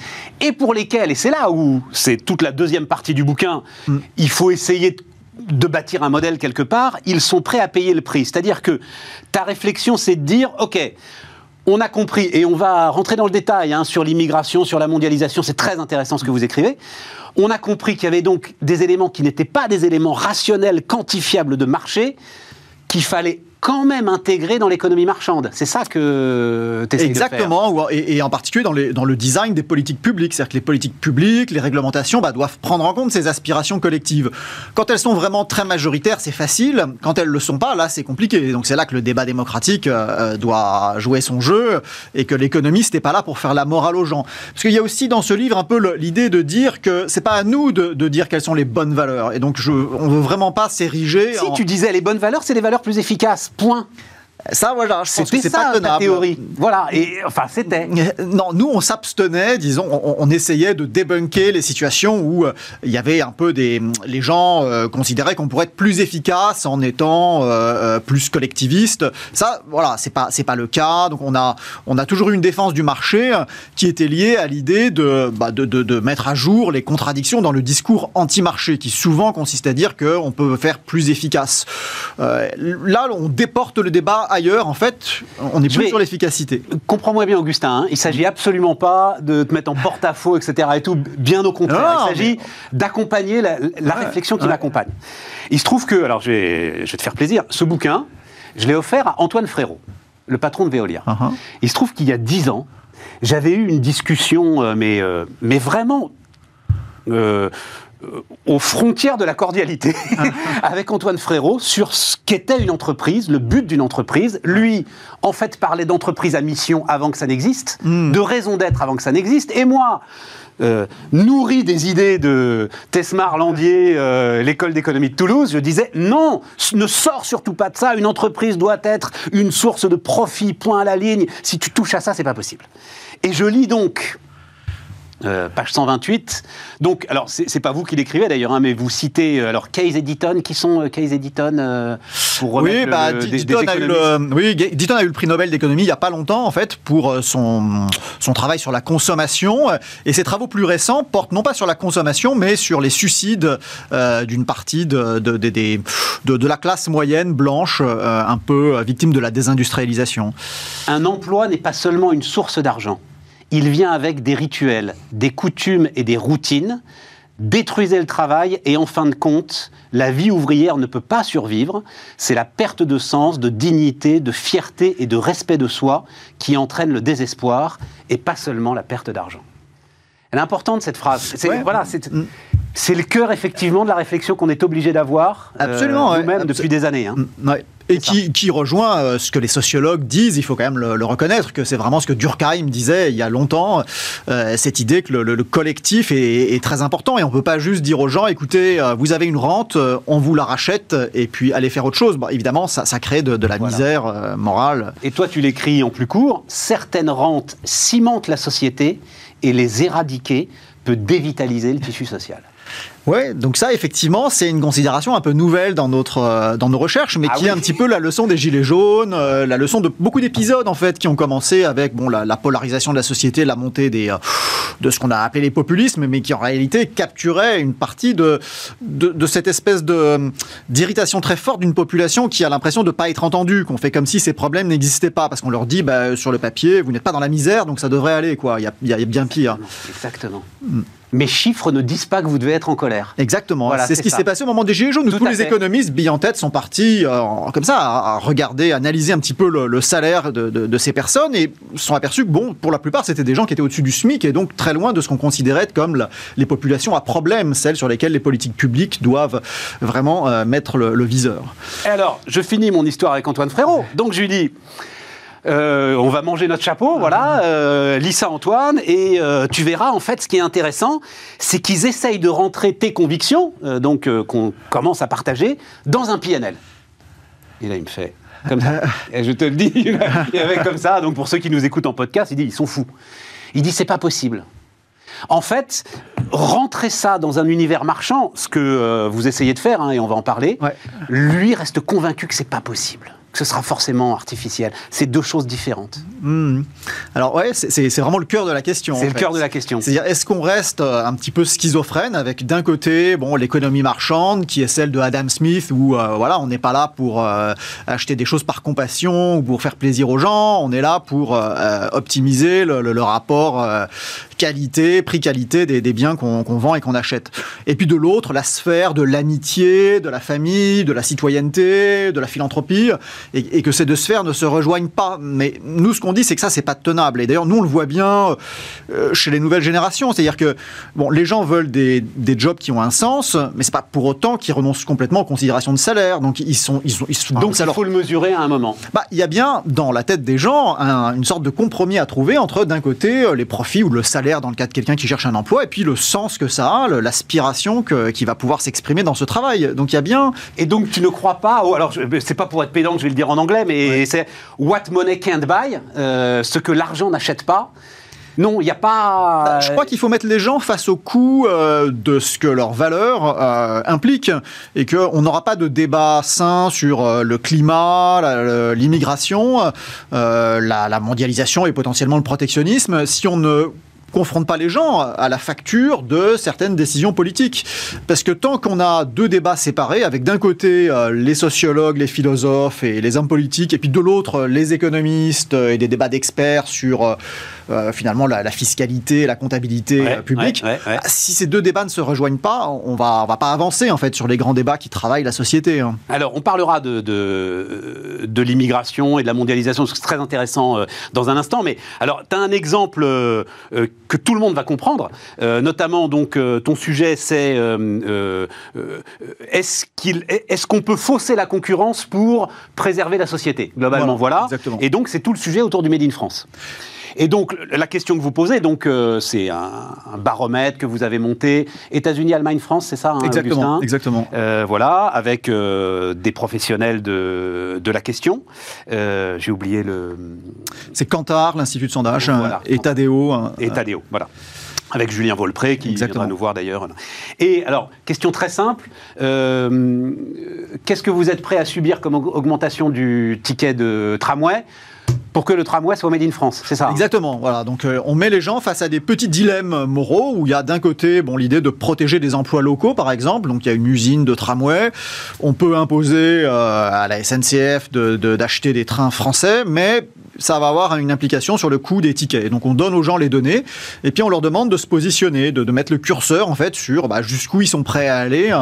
et pour lesquels, et c'est là où c'est toute la deuxième partie du bouquin, mm. il faut essayer de, de bâtir un modèle quelque part, ils sont prêts à payer le prix. C'est-à-dire que ta réflexion, c'est de dire, ok, on a compris, et on va rentrer dans le détail hein, sur l'immigration, sur la mondialisation, c'est très intéressant ce que vous écrivez, on a compris qu'il y avait donc des éléments qui n'étaient pas des éléments rationnels, quantifiables de marché, qu'il fallait quand même intégré dans l'économie marchande. C'est ça que tu essaies de faire. Exactement, et, et en particulier dans, les, dans le design des politiques publiques. C'est-à-dire que les politiques publiques, les réglementations bah, doivent prendre en compte ces aspirations collectives. Quand elles sont vraiment très majoritaires, c'est facile. Quand elles ne le sont pas, là, c'est compliqué. Donc c'est là que le débat démocratique euh, doit jouer son jeu et que l'économiste n'est pas là pour faire la morale aux gens. Parce qu'il y a aussi dans ce livre un peu le, l'idée de dire que c'est pas à nous de, de dire quelles sont les bonnes valeurs. Et donc je, on ne veut vraiment pas s'ériger. Si en... tu disais les bonnes valeurs, c'est les valeurs plus efficaces. Point. Ça, voilà, je pense c'était que c'est ça, pas tenable. Ta théorie. Voilà, et enfin, c'était. Non, nous, on s'abstenait, disons, on, on essayait de débunker les situations où euh, il y avait un peu des. Les gens euh, considéraient qu'on pourrait être plus efficace en étant euh, plus collectiviste. Ça, voilà, c'est pas, c'est pas le cas. Donc, on a, on a toujours eu une défense du marché qui était liée à l'idée de, bah, de, de, de mettre à jour les contradictions dans le discours anti-marché, qui souvent consiste à dire qu'on peut faire plus efficace. Euh, là, on déporte le débat ailleurs, en fait, on est plus sur l'efficacité. Comprends-moi bien, Augustin, hein, il ne s'agit absolument pas de te mettre en porte-à-faux, et cetera et tout, bien au contraire. Non, il s'agit mais... d'accompagner la, la ouais, réflexion qui ouais. m'accompagne. Il se trouve que, alors je vais, je vais te faire plaisir, ce bouquin, je l'ai offert à Antoine Frérot, le patron de Veolia. Uh-huh. Il se trouve qu'il y a dix ans, j'avais eu une discussion, euh, mais, euh, mais vraiment... Euh, aux frontières de la cordialité avec Antoine Frérot sur ce qu'était une entreprise, le but d'une entreprise. Lui, en fait, parlait d'entreprise à mission avant que ça n'existe, mm. de raison d'être avant que ça n'existe. Et moi, euh, nourri des idées de Tesmar Landier, euh, l'école d'économie de Toulouse, je disais non, ne sors surtout pas de ça. Une entreprise doit être une source de profit, point à la ligne. Si tu touches à ça, c'est pas possible. Et je lis donc... Euh, page cent vingt-huit. Donc, alors, c'est, c'est pas vous qui l'écrivez d'ailleurs, hein, mais vous citez euh, alors Case et Deaton, qui sont euh, Case et Deaton euh, pour remettre oui, le, bah, le, D- des, des a eu le, oui, Deaton a eu le prix Nobel d'économie il y a pas longtemps en fait pour son son travail sur la consommation, et ses travaux plus récents portent non pas sur la consommation mais sur les suicides euh, d'une partie de de, de, de de de la classe moyenne blanche euh, un peu victime de la désindustrialisation. Un emploi n'est pas seulement une source d'argent. Il vient avec des rituels, des coutumes et des routines. Détruisez le travail et en fin de compte, la vie ouvrière ne peut pas survivre. C'est la perte de sens, de dignité, de fierté et de respect de soi qui entraîne le désespoir et pas seulement la perte d'argent. Elle est importante cette phrase. C'est, ouais. voilà, c'est, c'est le cœur effectivement de la réflexion qu'on est obligé d'avoir Absolument, euh, nous-mêmes ouais. depuis des années. Hein. Ouais. Et qui, qui rejoint euh, ce que les sociologues disent, il faut quand même le, le reconnaître, que c'est vraiment ce que Durkheim disait il y a longtemps, euh, cette idée que le, le, le collectif est, est très important et on ne peut pas juste dire aux gens, écoutez, euh, vous avez une rente, euh, on vous la rachète et puis allez faire autre chose. Bon, évidemment, ça, ça crée de, de la voilà. misère euh, morale. Et toi, tu l'écris en plus court, certaines rentes cimentent la société et les éradiquer peut dévitaliser le tissu social. Oui, donc ça, effectivement, c'est une considération un peu nouvelle dans, notre, euh, dans nos recherches, mais ah qui oui. est un petit peu la leçon des Gilets jaunes, euh, la leçon de beaucoup d'épisodes, en fait, qui ont commencé avec bon, la, la polarisation de la société, la montée des, euh, de ce qu'on a appelé les populismes, mais qui, en réalité, capturaient une partie de, de, de cette espèce de, d'irritation très forte d'une population qui a l'impression de ne pas être entendue, qu'on fait comme si ces problèmes n'existaient pas, parce qu'on leur dit, bah, sur le papier, vous n'êtes pas dans la misère, donc ça devrait aller, quoi. Il y a, il y a bien pire. Exactement. Mm. Mes chiffres ne disent pas que vous devez être en colère. Exactement. Voilà, c'est, c'est ce qui ça. s'est passé au moment des Gilets jaunes, où Tout tous les fait. économistes, billes en tête, sont partis euh, comme ça à, à regarder, analyser un petit peu le, le salaire de, de, de ces personnes et se sont aperçus que, bon, pour la plupart, c'était des gens qui étaient au-dessus du SMIC et donc très loin de ce qu'on considérait comme la, les populations à problème, celles sur lesquelles les politiques publiques doivent vraiment euh, mettre le, le viseur. Et alors, je finis mon histoire avec Antoine Frérot. Donc, je lui dis... Euh, on va manger notre chapeau, voilà, euh, lis ça Antoine, et euh, tu verras, en fait, ce qui est intéressant, c'est qu'ils essayent de rentrer tes convictions, euh, donc euh, qu'on commence à partager, dans un P N L. Et là, il me fait comme ça. Et je te le dis, il avait comme ça, donc pour ceux qui nous écoutent en podcast, il dit, ils sont fous. Il dit, c'est pas possible. En fait, rentrer ça dans un univers marchand, ce que euh, vous essayez de faire, hein, et on va en parler, ouais. lui reste convaincu que c'est pas possible. Que ce sera forcément artificiel. C'est deux choses différentes. Mmh. Alors ouais, c'est, c'est, c'est vraiment le cœur de la question. C'est le fait. cœur de la question. C'est-à-dire, est-ce qu'on reste un petit peu schizophrène avec d'un côté, bon, l'économie marchande qui est celle de Adam Smith où euh, voilà, on n'est pas là pour euh, acheter des choses par compassion ou pour faire plaisir aux gens. On est là pour euh, optimiser le, le, le rapport euh, qualité, prix-qualité des, des biens qu'on, qu'on vend et qu'on achète. Et puis de l'autre, la sphère de l'amitié, de la famille, de la citoyenneté, de la philanthropie, et, et que ces deux sphères ne se rejoignent pas. Mais nous, ce qu'on dit, c'est que ça, c'est pas tenable. Et d'ailleurs, nous, on le voit bien euh, chez les nouvelles générations. C'est-à-dire que bon, les gens veulent des, des jobs qui ont un sens, mais c'est pas pour autant qu'ils renoncent complètement aux considérations de salaire. Donc, ils sont... Ils sont, ils sont Donc, il alors, faut le mesurer à un moment. Bah, il y a bien, dans la tête des gens, un, une sorte de compromis à trouver entre, d'un côté, les profits ou le salaire dans le cas de quelqu'un qui cherche un emploi, et puis le sens que ça a, le, l'aspiration que, qui va pouvoir s'exprimer dans ce travail. Donc, il y a bien... Et donc, tu ne crois pas... Oh, alors, je, c'est pas pour être pédant que je vais le dire en anglais, mais ouais. c'est « what money can't buy euh, », ce que l'argent n'achète pas. Non, il n'y a pas... Je crois qu'il faut mettre les gens face au coût euh, de ce que leur valeur euh, implique, et qu'on n'aura pas de débat sain sur euh, le climat, la, l'immigration, euh, la, la mondialisation et potentiellement le protectionnisme si on ne confronte pas les gens à la facture de certaines décisions politiques. Parce que tant qu'on a deux débats séparés, avec d'un côté euh, les sociologues, les philosophes et les hommes politiques, et puis de l'autre les économistes et des débats d'experts sur euh, euh, finalement la, la fiscalité, la comptabilité ouais, euh, publique, ouais, ouais, ouais. si ces deux débats ne se rejoignent pas, on va, on va pas avancer en fait sur les grands débats qui travaillent la société. Hein. Alors, on parlera de, de, de l'immigration et de la mondialisation, parce que c'est très intéressant euh, dans un instant, mais alors, tu as un exemple euh, euh, que tout le monde va comprendre, euh, notamment, donc, euh, ton sujet, c'est euh, euh, est-ce, qu'il, est-ce qu'on peut fausser la concurrence pour préserver la société, globalement, voilà. voilà. Et donc, c'est tout le sujet autour du Made in France. Et donc, la question que vous posez, donc, euh, c'est un, un baromètre que vous avez monté, États-Unis, Allemagne, France, c'est ça, hein, exactement, Augustin exactement. Euh, voilà, avec euh, des professionnels de, de la question. Euh, j'ai oublié le... C'est Kantar, l'Institut de sondage, voilà. et Tadeo. Hein, et Tadeo, voilà. Avec Julien Volpré, qui exactement. viendra nous voir d'ailleurs. Et alors, question très simple, euh, qu'est-ce que vous êtes prêt à subir comme augmentation du ticket de tramway pour que le tramway soit made in France, c'est ça hein? Exactement, voilà. Donc euh, on met les gens face à des petits dilemmes moraux où il y a d'un côté bon, l'idée de protéger des emplois locaux, par exemple. Donc il y a une usine de tramway. On peut imposer euh, à la S N C F de, de, d'acheter des trains français, mais ça va avoir une implication sur le coût des tickets. Et donc on donne aux gens les données, et puis on leur demande de se positionner, de, de mettre le curseur en fait sur bah, jusqu'où ils sont prêts à aller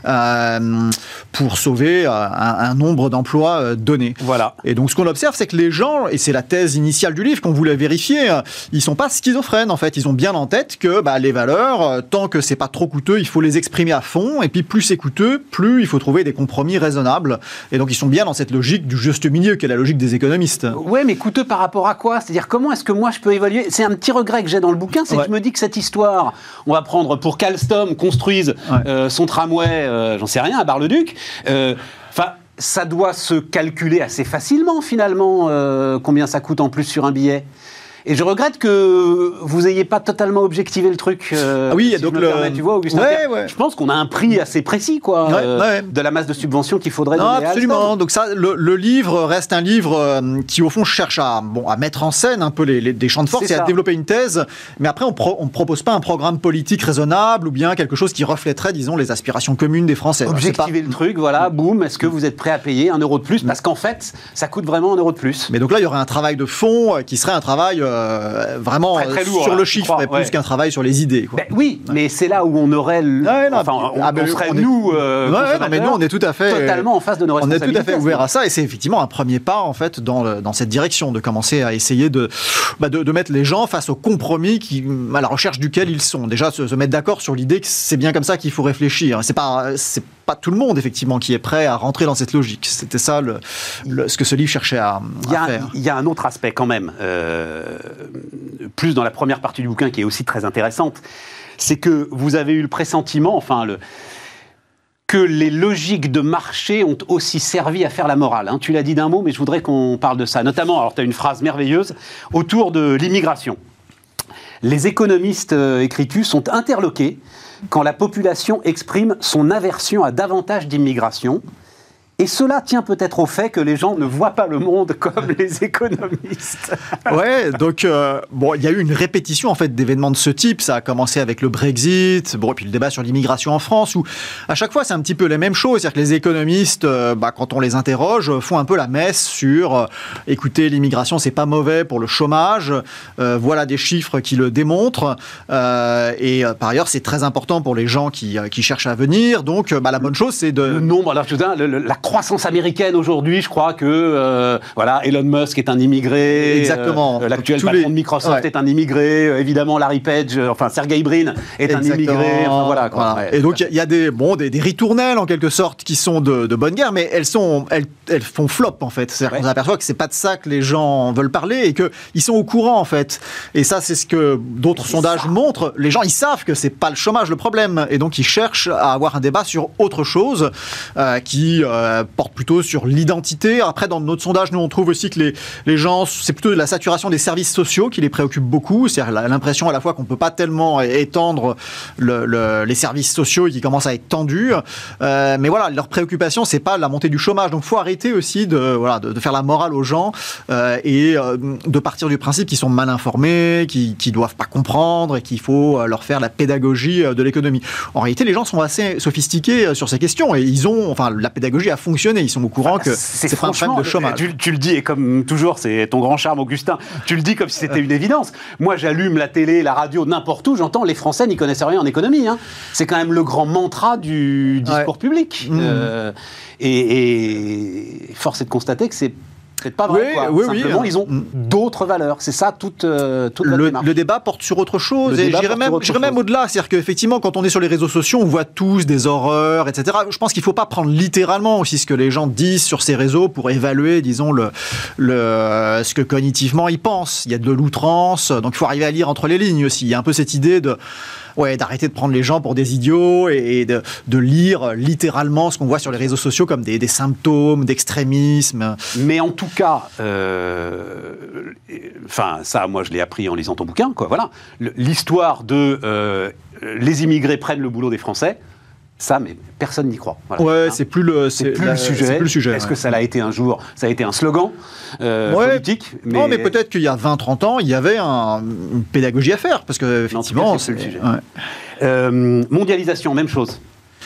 euh, pour sauver euh, un, un nombre d'emplois euh, donné. Voilà. Et donc ce qu'on observe, c'est que les gens, et c'est la thèse initiale du livre qu'on voulait vérifier, ils sont pas schizophrènes en fait. Ils ont bien en tête que bah, les valeurs, tant que c'est pas trop coûteux, il faut les exprimer à fond, et puis plus c'est coûteux, plus il faut trouver des compromis raisonnables. Et donc ils sont bien dans cette logique du juste milieu, qui est la logique des économistes. Ouais, mais coûteux par rapport à quoi ? C'est-à-dire, comment est-ce que moi je peux évaluer ? C'est un petit regret que j'ai dans le bouquin, c'est ouais. que je me dis que cette histoire, on va prendre pour qu'Alstom construise ouais. euh, son tramway, euh, j'en sais rien, à Bar-le-Duc, enfin, euh, ça doit se calculer assez facilement, finalement, euh, combien ça coûte en plus sur un billet. Et je regrette que vous n'ayez pas totalement objectivé le truc. Euh, ah oui, si donc je me le... permets, tu vois, Augustin. Ouais, ouais. Je pense qu'on a un prix assez précis, quoi, ouais, euh, ouais. de la masse de subventions qu'il faudrait non, donner à absolument. Donc ça, le, le livre reste un livre euh, qui, au fond, cherche à, bon, à mettre en scène un peu les, les, des champs de force C'est et ça. à développer une thèse. Mais après, on pro, ne propose pas un programme politique raisonnable ou bien quelque chose qui reflèterait, disons, les aspirations communes des Français. Objectiver pas... le truc, voilà, boum. Est-ce que vous êtes prêt à payer un euro de plus ? Parce qu'en fait, ça coûte vraiment un euro de plus. Mais donc là, il y aurait un travail de fond euh, qui serait un travail euh, vraiment très, très lourd, sur là, le chiffre, crois, et plus ouais. qu'un travail sur les idées. Quoi. Ben, oui, ouais. mais c'est là où on aurait... Le... Ouais, non, enfin, on, ah, ben, on serait, on est... nous, euh, ouais, non, mais nous, on est tout à fait... totalement en face de nos responsabilités. On est tout à fait ouverts à ça, et c'est effectivement un premier pas, en fait, dans, le, dans cette direction, de commencer à essayer de, bah, de, de mettre les gens face au compromis qui, à la recherche duquel ils sont. Déjà, se, se mettre d'accord sur l'idée que c'est bien comme ça qu'il faut réfléchir. C'est pas... C'est pas tout le monde, effectivement, qui est prêt à rentrer dans cette logique. C'était ça, le, le, ce que ce livre cherchait à, à a, faire. Il y a un autre aspect, quand même, euh, plus dans la première partie du bouquin, qui est aussi très intéressante, c'est que vous avez eu le pressentiment, enfin, le, que les logiques de marché ont aussi servi à faire la morale. Hein. Tu l'as dit d'un mot, mais je voudrais qu'on parle de ça. Notamment, alors tu as une phrase merveilleuse, autour de l'immigration. Les économistes, euh, écris-tu, sont interloqués quand la population exprime son aversion à davantage d'immigration Et cela tient peut-être au fait que les gens ne voient pas le monde comme les économistes. Ouais, donc euh, bon, il y a eu une répétition en fait d'événements de ce type. Ça a commencé avec le Brexit, bon, et puis le débat sur l'immigration en France, où à chaque fois c'est un petit peu les mêmes choses. C'est-à-dire que les économistes, euh, bah, quand on les interroge, font un peu la messe sur euh, écoutez, l'immigration c'est pas mauvais pour le chômage. Euh, voilà des chiffres qui le démontrent. Euh, et euh, par ailleurs, c'est très important pour les gens qui, euh, qui cherchent à venir. Donc, euh, bah, la bonne chose, c'est de le nombre. Alors, je veux dire, le, le, la croissance américaine aujourd'hui, je crois que euh, voilà, Elon Musk est un immigré. Exactement. Euh, l'actuel patron les... de Microsoft ouais. est un immigré. Euh, évidemment, Larry Page, euh, enfin Sergey Brin est Exactement. un immigré. Enfin, voilà, quoi. Voilà. Ouais. Et donc il y, y a des bon des, des ritournelles en quelque sorte qui sont de, de bonne guerre, mais elles sont elles, elles font flop en fait. C'est-à-dire ouais. qu'on s'aperçoit que c'est pas de ça que les gens veulent parler et que ils sont au courant en fait. Et ça, c'est ce que d'autres c'est sondages ça. montrent. Les gens, ils savent que c'est pas le chômage le problème, et donc ils cherchent à avoir un débat sur autre chose euh, qui euh, porte plutôt sur l'identité. Après, dans notre sondage, nous on trouve aussi que les les gens, c'est plutôt la saturation des services sociaux qui les préoccupe beaucoup. C'est-à-dire l'impression à la fois qu'on peut pas tellement étendre le, le, les services sociaux qui commencent à être tendus. Euh, mais voilà, leur préoccupation, c'est pas la montée du chômage. Donc, il faut arrêter aussi de, voilà, de, de faire la morale aux gens euh, et euh, de partir du principe qu'ils sont mal informés, qu'ils ne doivent pas comprendre et qu'il faut leur faire la pédagogie de l'économie. En réalité, les gens sont assez sophistiqués sur ces questions et ils ont, enfin, la pédagogie a fonctionné. Ils sont au courant que c'est, c'est pas un problème de chômage. Tu, tu le dis, et comme toujours, c'est ton grand charme, Augustin, tu le dis comme si c'était une évidence. Moi, j'allume la télé, la radio, n'importe où, j'entends les Français n'y connaissent rien en économie. Hein. C'est quand même le grand mantra du discours ouais. public. Mmh. Euh, et, et force est de constater que c'est peut-être pas vrai. Oui, quoi. oui, Simplement, oui. ils ont d'autres valeurs. C'est ça toute, euh, toute le, démarche. Le débat porte sur autre chose. Le et j'irais même, j'irais même au-delà. C'est-à-dire qu'effectivement, quand on est sur les réseaux sociaux, on voit tous des horreurs, et cetera. Je pense qu'il ne faut pas prendre littéralement aussi ce que les gens disent sur ces réseaux pour évaluer, disons, le, le, ce que cognitivement ils pensent. Il y a de l'outrance, donc il faut arriver à lire entre les lignes aussi. Il y a un peu cette idée de... Ouais, d'arrêter de prendre les gens pour des idiots et de, de lire littéralement ce qu'on voit sur les réseaux sociaux comme des, des symptômes d'extrémisme. Mais en tout cas, euh, enfin, ça, moi, je l'ai appris en lisant ton bouquin, quoi. Voilà, l'histoire de euh, les immigrés prennent le boulot des Français. Ça, mais personne n'y croit. Voilà. Ouais, hein. c'est plus le, c'est, c'est plus, la, le sujet. C'est plus le sujet. Est-ce ouais. que ça l'a été un jour ? Ça a été un slogan euh, ouais. politique. Mais... Non, mais peut-être qu'il y a vingt trente ans, il y avait un, une pédagogie à faire, parce que effectivement, non, c'est, c'est plus le sujet. Ouais. Euh, mondialisation, même chose.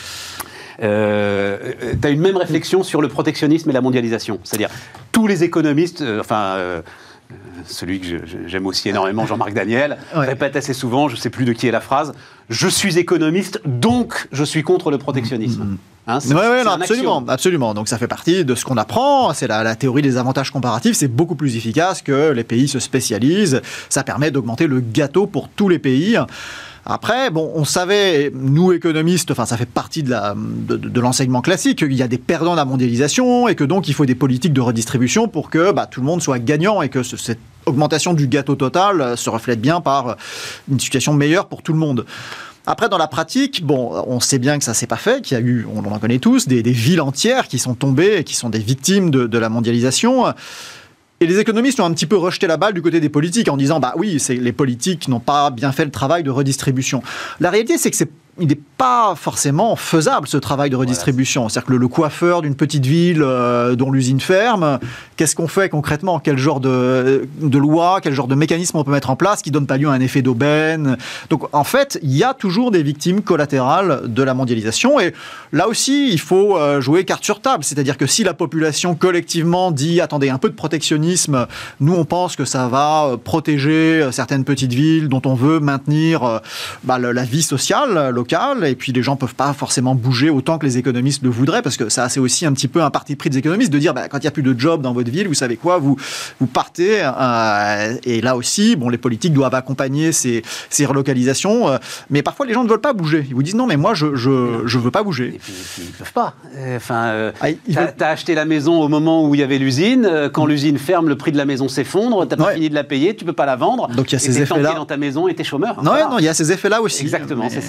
Euh, tu as une même réflexion sur le protectionnisme et la mondialisation. C'est-à-dire, tous les économistes, euh, enfin... Euh, celui que je, j'aime aussi énormément, Jean-Marc Daniel, ouais. répète assez souvent, je ne sais plus de qui est la phrase, « Je suis économiste, donc je suis contre le protectionnisme mmh. ». Hein, c'est, ouais, ouais, non, absolument, absolument. Donc ça fait partie de ce qu'on apprend. C'est la, la théorie des avantages comparatifs. C'est beaucoup plus efficace que les pays se spécialisent. Ça permet d'augmenter le gâteau pour tous les pays. Après, bon, on savait, nous économistes, enfin, ça fait partie de, la, de, de l'enseignement classique, qu'il y a des perdants de la mondialisation et que donc il faut des politiques de redistribution pour que bah, tout le monde soit gagnant et que ce, cette augmentation du gâteau total se reflète bien par une situation meilleure pour tout le monde. Après, dans la pratique, bon, on sait bien que ça s'est pas fait, qu'il y a eu, on en connaît tous, des, des villes entières qui sont tombées et qui sont des victimes de, de la mondialisation. Et les économistes ont un petit peu rejeté la balle du côté des politiques en disant bah oui, c'est, les politiques n'ont pas bien fait le travail de redistribution. La réalité, c'est que c'est il n'est pas forcément faisable ce travail de redistribution. Voilà. C'est-à-dire que le, le coiffeur d'une petite ville euh, dont l'usine ferme, qu'est-ce qu'on fait concrètement ? Quel genre de, de loi, quel genre de mécanisme on peut mettre en place qui ne donne pas lieu à un effet d'aubaine ? Donc en fait, il y a toujours des victimes collatérales de la mondialisation. Et là aussi, il faut euh, jouer carte sur table. C'est-à-dire que si la population collectivement dit « Attendez, un peu de protectionnisme, nous on pense que ça va protéger certaines petites villes dont on veut maintenir euh, bah, le, la vie sociale locale, et puis les gens ne peuvent pas forcément bouger autant que les économistes le voudraient, parce que ça, c'est aussi un petit peu un parti pris des économistes de dire bah, quand il n'y a plus de job dans votre ville, vous savez quoi, vous, vous partez. Euh, et là aussi, bon, les politiques doivent accompagner ces, ces relocalisations, euh, mais parfois les gens ne veulent pas bouger. Ils vous disent non, mais moi je ne je, je veux pas bouger. Et puis, ils ne peuvent pas. Enfin, euh, ah, tu as veulent... acheté la maison au moment où il y avait l'usine. Quand mmh. l'usine ferme, le prix de la maison s'effondre. Tu n'as pas ouais. fini de la payer, tu ne peux pas la vendre. Donc il y a et ces effets-là. dans ta maison et t'es chômeur. Non, voilà. non, il y a ces effets-là aussi. Exactement, mais... c'est ça. Ouais. C'est,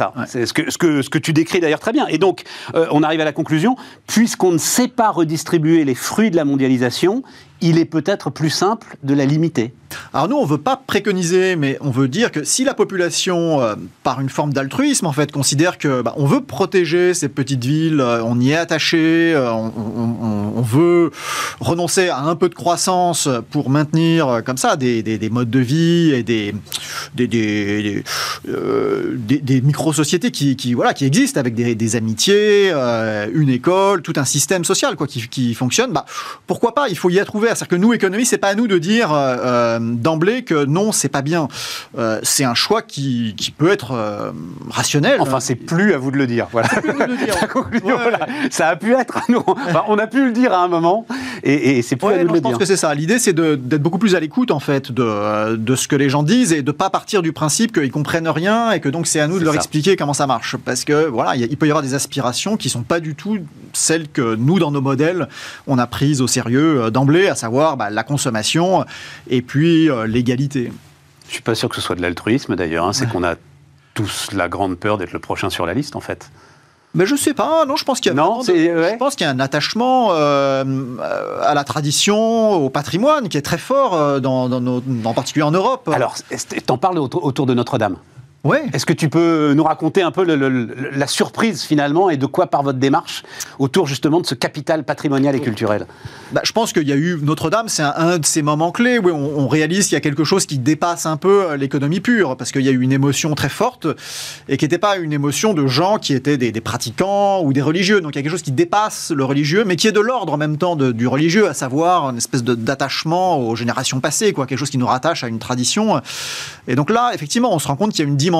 c'est ce que, ce, que, ce que tu décris d'ailleurs très bien. Et donc, euh, on arrive à la conclusion, puisqu'on ne sait pas redistribuer les fruits de la mondialisation, il est peut-être plus simple de la limiter. Alors nous, on ne veut pas préconiser, mais on veut dire que si la population, euh, par une forme d'altruisme, en fait, considère que bah, on veut protéger ces petites villes, euh, on y est attaché, euh, on, on, on veut renoncer à un peu de croissance pour maintenir euh, comme ça des, des, des modes de vie et des, des, des, des, euh, des, des micro-sociétés qui, qui, voilà, qui existent avec des, des amitiés, euh, une école, tout un système social quoi, qui, qui fonctionne, bah, pourquoi pas, il faut y être ouvert. C'est-à-dire que nous, économistes, c'est pas à nous de dire euh, d'emblée que non, c'est pas bien. Euh, c'est un choix qui, qui peut être euh, rationnel. Enfin, c'est plus à vous de le dire. Voilà. C'est plus à nous de le dire. La conclusion, ouais, voilà. ouais. Ça a pu être à nous. Enfin, on a pu le dire à un moment, et, et c'est plus Ouais, à nous non, de le je pense dire. que c'est ça. L'idée, c'est de, d'être beaucoup plus à l'écoute, en fait, de, de ce que les gens disent et de pas partir du principe qu'ils comprennent rien et que donc c'est à nous C'est de leur ça. expliquer comment ça marche. Parce que voilà, il, y a, il peut y avoir des aspirations qui sont pas du tout celles que nous, dans nos modèles, on a prises au sérieux euh, d'emblée, à savoir bah, la consommation et puis euh, l'égalité. Je suis pas sûr que ce soit de l'altruisme d'ailleurs. Hein. C'est qu'on a tous la grande peur d'être le prochain sur la liste, en fait. Mais je sais pas, non, je pense qu'il y a, Non, vraiment c'est- de- ouais. je pense qu'il y a un attachement euh, à la tradition, au patrimoine, qui est très fort, euh, dans, dans nos- en particulier en Europe. Alors, est- t'en parles autour, autour de Notre-Dame. Ouais. Est-ce que tu peux nous raconter un peu le- le- le- la surprise, finalement, et de quoi part votre démarche autour, justement, de ce capital patrimonial et culturel? Bah, je pense qu'il y a eu Notre-Dame, c'est un, un de ces moments clés où on, on réalise qu'il y a quelque chose qui dépasse un peu l'économie pure, parce qu'il y a eu une émotion très forte et qui n'était pas une émotion de gens qui étaient des, des pratiquants ou des religieux. Donc il y a quelque chose qui dépasse le religieux, mais qui est de l'ordre en même temps de- du religieux, à savoir une espèce de- d'attachement aux générations passées, quoi, quelque chose qui nous rattache à une tradition. Et donc là, effectivement, on se rend compte qu'il y a une dimension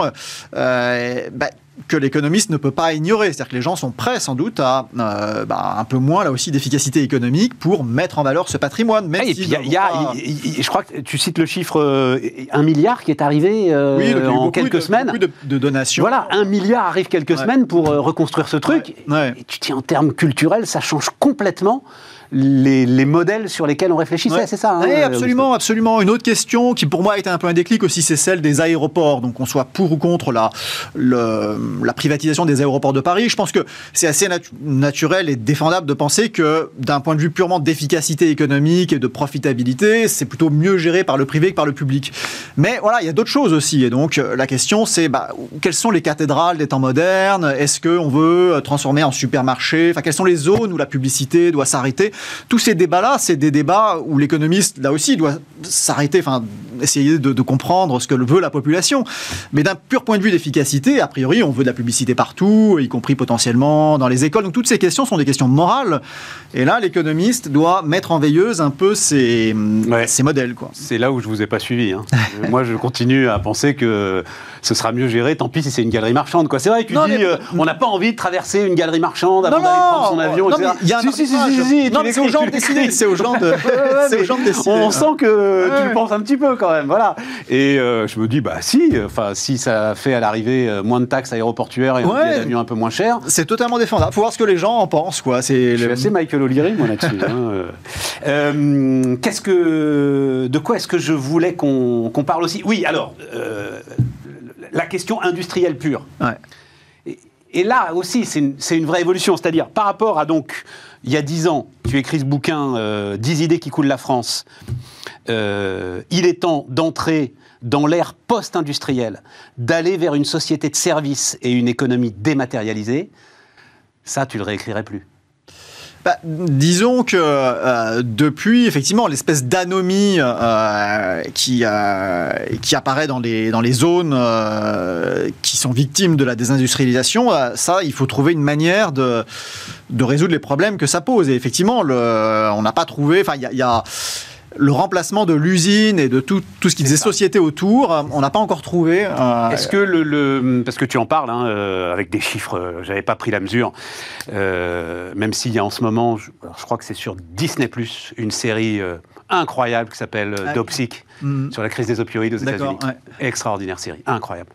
euh, bah, que l'économiste ne peut pas ignorer. C'est-à-dire que les gens sont prêts, sans doute, à euh, bah, un peu moins, là aussi, d'efficacité économique pour mettre en valeur ce patrimoine. Même Ah, et s'ils puis, il y a, ne il y a- vont pas- il- il- je crois que tu cites le chiffre euh, un milliard qui est arrivé euh, Oui, il y a eu en beaucoup quelques de- semaines. beaucoup de, de donations. Voilà, un milliard arrive quelques Ouais. semaines pour euh, reconstruire ce truc. Ouais, ouais. Et tu dis, en termes culturels, ça change complètement les, les modèles sur lesquels on réfléchissait, Ouais. c'est ça hein, Oui, euh, absolument, absolument. Une autre question qui pour moi a été un peu un déclic aussi, c'est celle des aéroports. Donc qu'on soit pour ou contre la, le- la privatisation des aéroports de Paris. Je pense que c'est assez natu- naturel et défendable de penser que d'un point de vue purement d'efficacité économique et de profitabilité, c'est plutôt mieux géré par le privé que par le public. Mais voilà, il y a d'autres choses aussi. Et donc euh, la question c'est bah, quelles sont les cathédrales des temps modernes? Est-ce qu'on veut transformer en supermarché? Enfin, quelles sont les zones où la publicité doit s'arrêter? Tous ces débats-là, c'est des débats où l'économiste, là aussi, doit s'arrêter, enfin, essayer de, de comprendre ce que veut la population. Mais d'un pur point de vue d'efficacité, a priori, on veut de la publicité partout, y compris potentiellement dans les écoles. Donc toutes ces questions sont des questions morales. Et là, l'économiste doit mettre en veilleuse un peu ces, Ouais. ces modèles, quoi. C'est là où je vous ai pas suivi. Hein. Euh, Moi, je continue à penser que ce sera mieux géré. Tant pis si c'est une galerie marchande, quoi. C'est vrai que tu Non, dis, mais- euh, on n'a pas envie de traverser une galerie marchande avant Non, d'aller non, prendre son avion, non, et cetera. mais il y a un Si, si, si, si, arbitrage. si, si, Non, tu mais c'est aux l'écris, gens tu de décider. l'écris. C'est aux gens de, Ouais, ouais, c'est aux mais gens de décider. On sent que tu Ouais. le penses un petit peu quand même, voilà. Et euh, je me dis, bah si, enfin si ça fait à l'arrivée euh, moins de taxes aéroportuaires et un Ouais. billet d'avion un peu moins cher. C'est totalement défendable. Faut voir ce que les gens en pensent, quoi. C'est Je suis le- assez Michael O'Leary, moi, là-dessus. hein. Euh, euh, qu'est-ce que, de quoi est-ce que je voulais qu'on qu'on parle aussi? Oui, alors, euh, la question industrielle pure. Ouais. Et, et là aussi, c'est une, c'est une vraie évolution. C'est-à-dire, par rapport à, donc, il y a dix ans, tu écris ce bouquin, euh, dix idées qui coulent la France. Euh, il est temps d'entrer dans l'ère post-industrielle, d'aller vers une société de services et une économie dématérialisée. Ça, tu le réécrirais plus. Bah, disons que euh, depuis, effectivement, l'espèce d'anomie euh, qui, euh, qui apparaît dans les, dans les zones euh, qui sont victimes de la désindustrialisation, euh, ça, il faut trouver une manière de, de résoudre les problèmes que ça pose. Et effectivement, le, on n'a pas trouvé... Enfin, il y a... y a le remplacement de l'usine et de tout, tout ce qui faisait ça. société autour, on n'a pas encore trouvé. euh, Est-ce que le, le- parce que tu en parles hein, euh, avec des chiffres, euh, j'avais pas pris la mesure. Euh, même s'il y a en ce moment, je, alors je crois que c'est sur Disney plus, une série euh, incroyable qui s'appelle euh, Ah, Dopsic mm. sur la crise des opioïdes aux D'accord, États-Unis. ouais. Extraordinaire série, incroyable.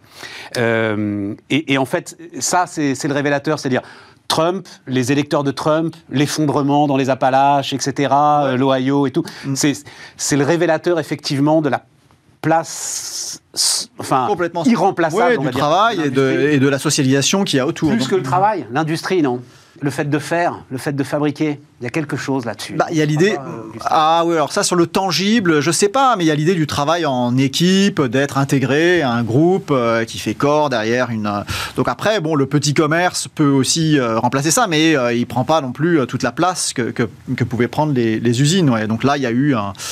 Euh, et, et en fait, ça c'est c'est le révélateur, c'est-à-dire Trump, les électeurs de Trump, l'effondrement dans les Appalaches, et cetera, Ouais. euh, l'Ohio et tout. Mm. C'est c'est le révélateur effectivement de la place, enfin, complètement irremplaçable, ouais, on du va dire, travail et de, et de la socialisation qu'il y a autour. Plus Donc, que le travail, l'industrie, non? Le fait de faire, le fait de fabriquer, il y a quelque chose là-dessus. Bah, il y a l'idée. Ah oui, alors ça, sur le tangible, je sais pas, mais il y a l'idée du travail en équipe, d'être intégré à un groupe euh, qui fait corps derrière une. Euh... Donc après, bon, le petit commerce peut aussi euh, remplacer ça, mais euh, il prend pas non plus euh, toute la place que, que, que pouvaient prendre les, les usines. Ouais. Donc là, il y a eu un.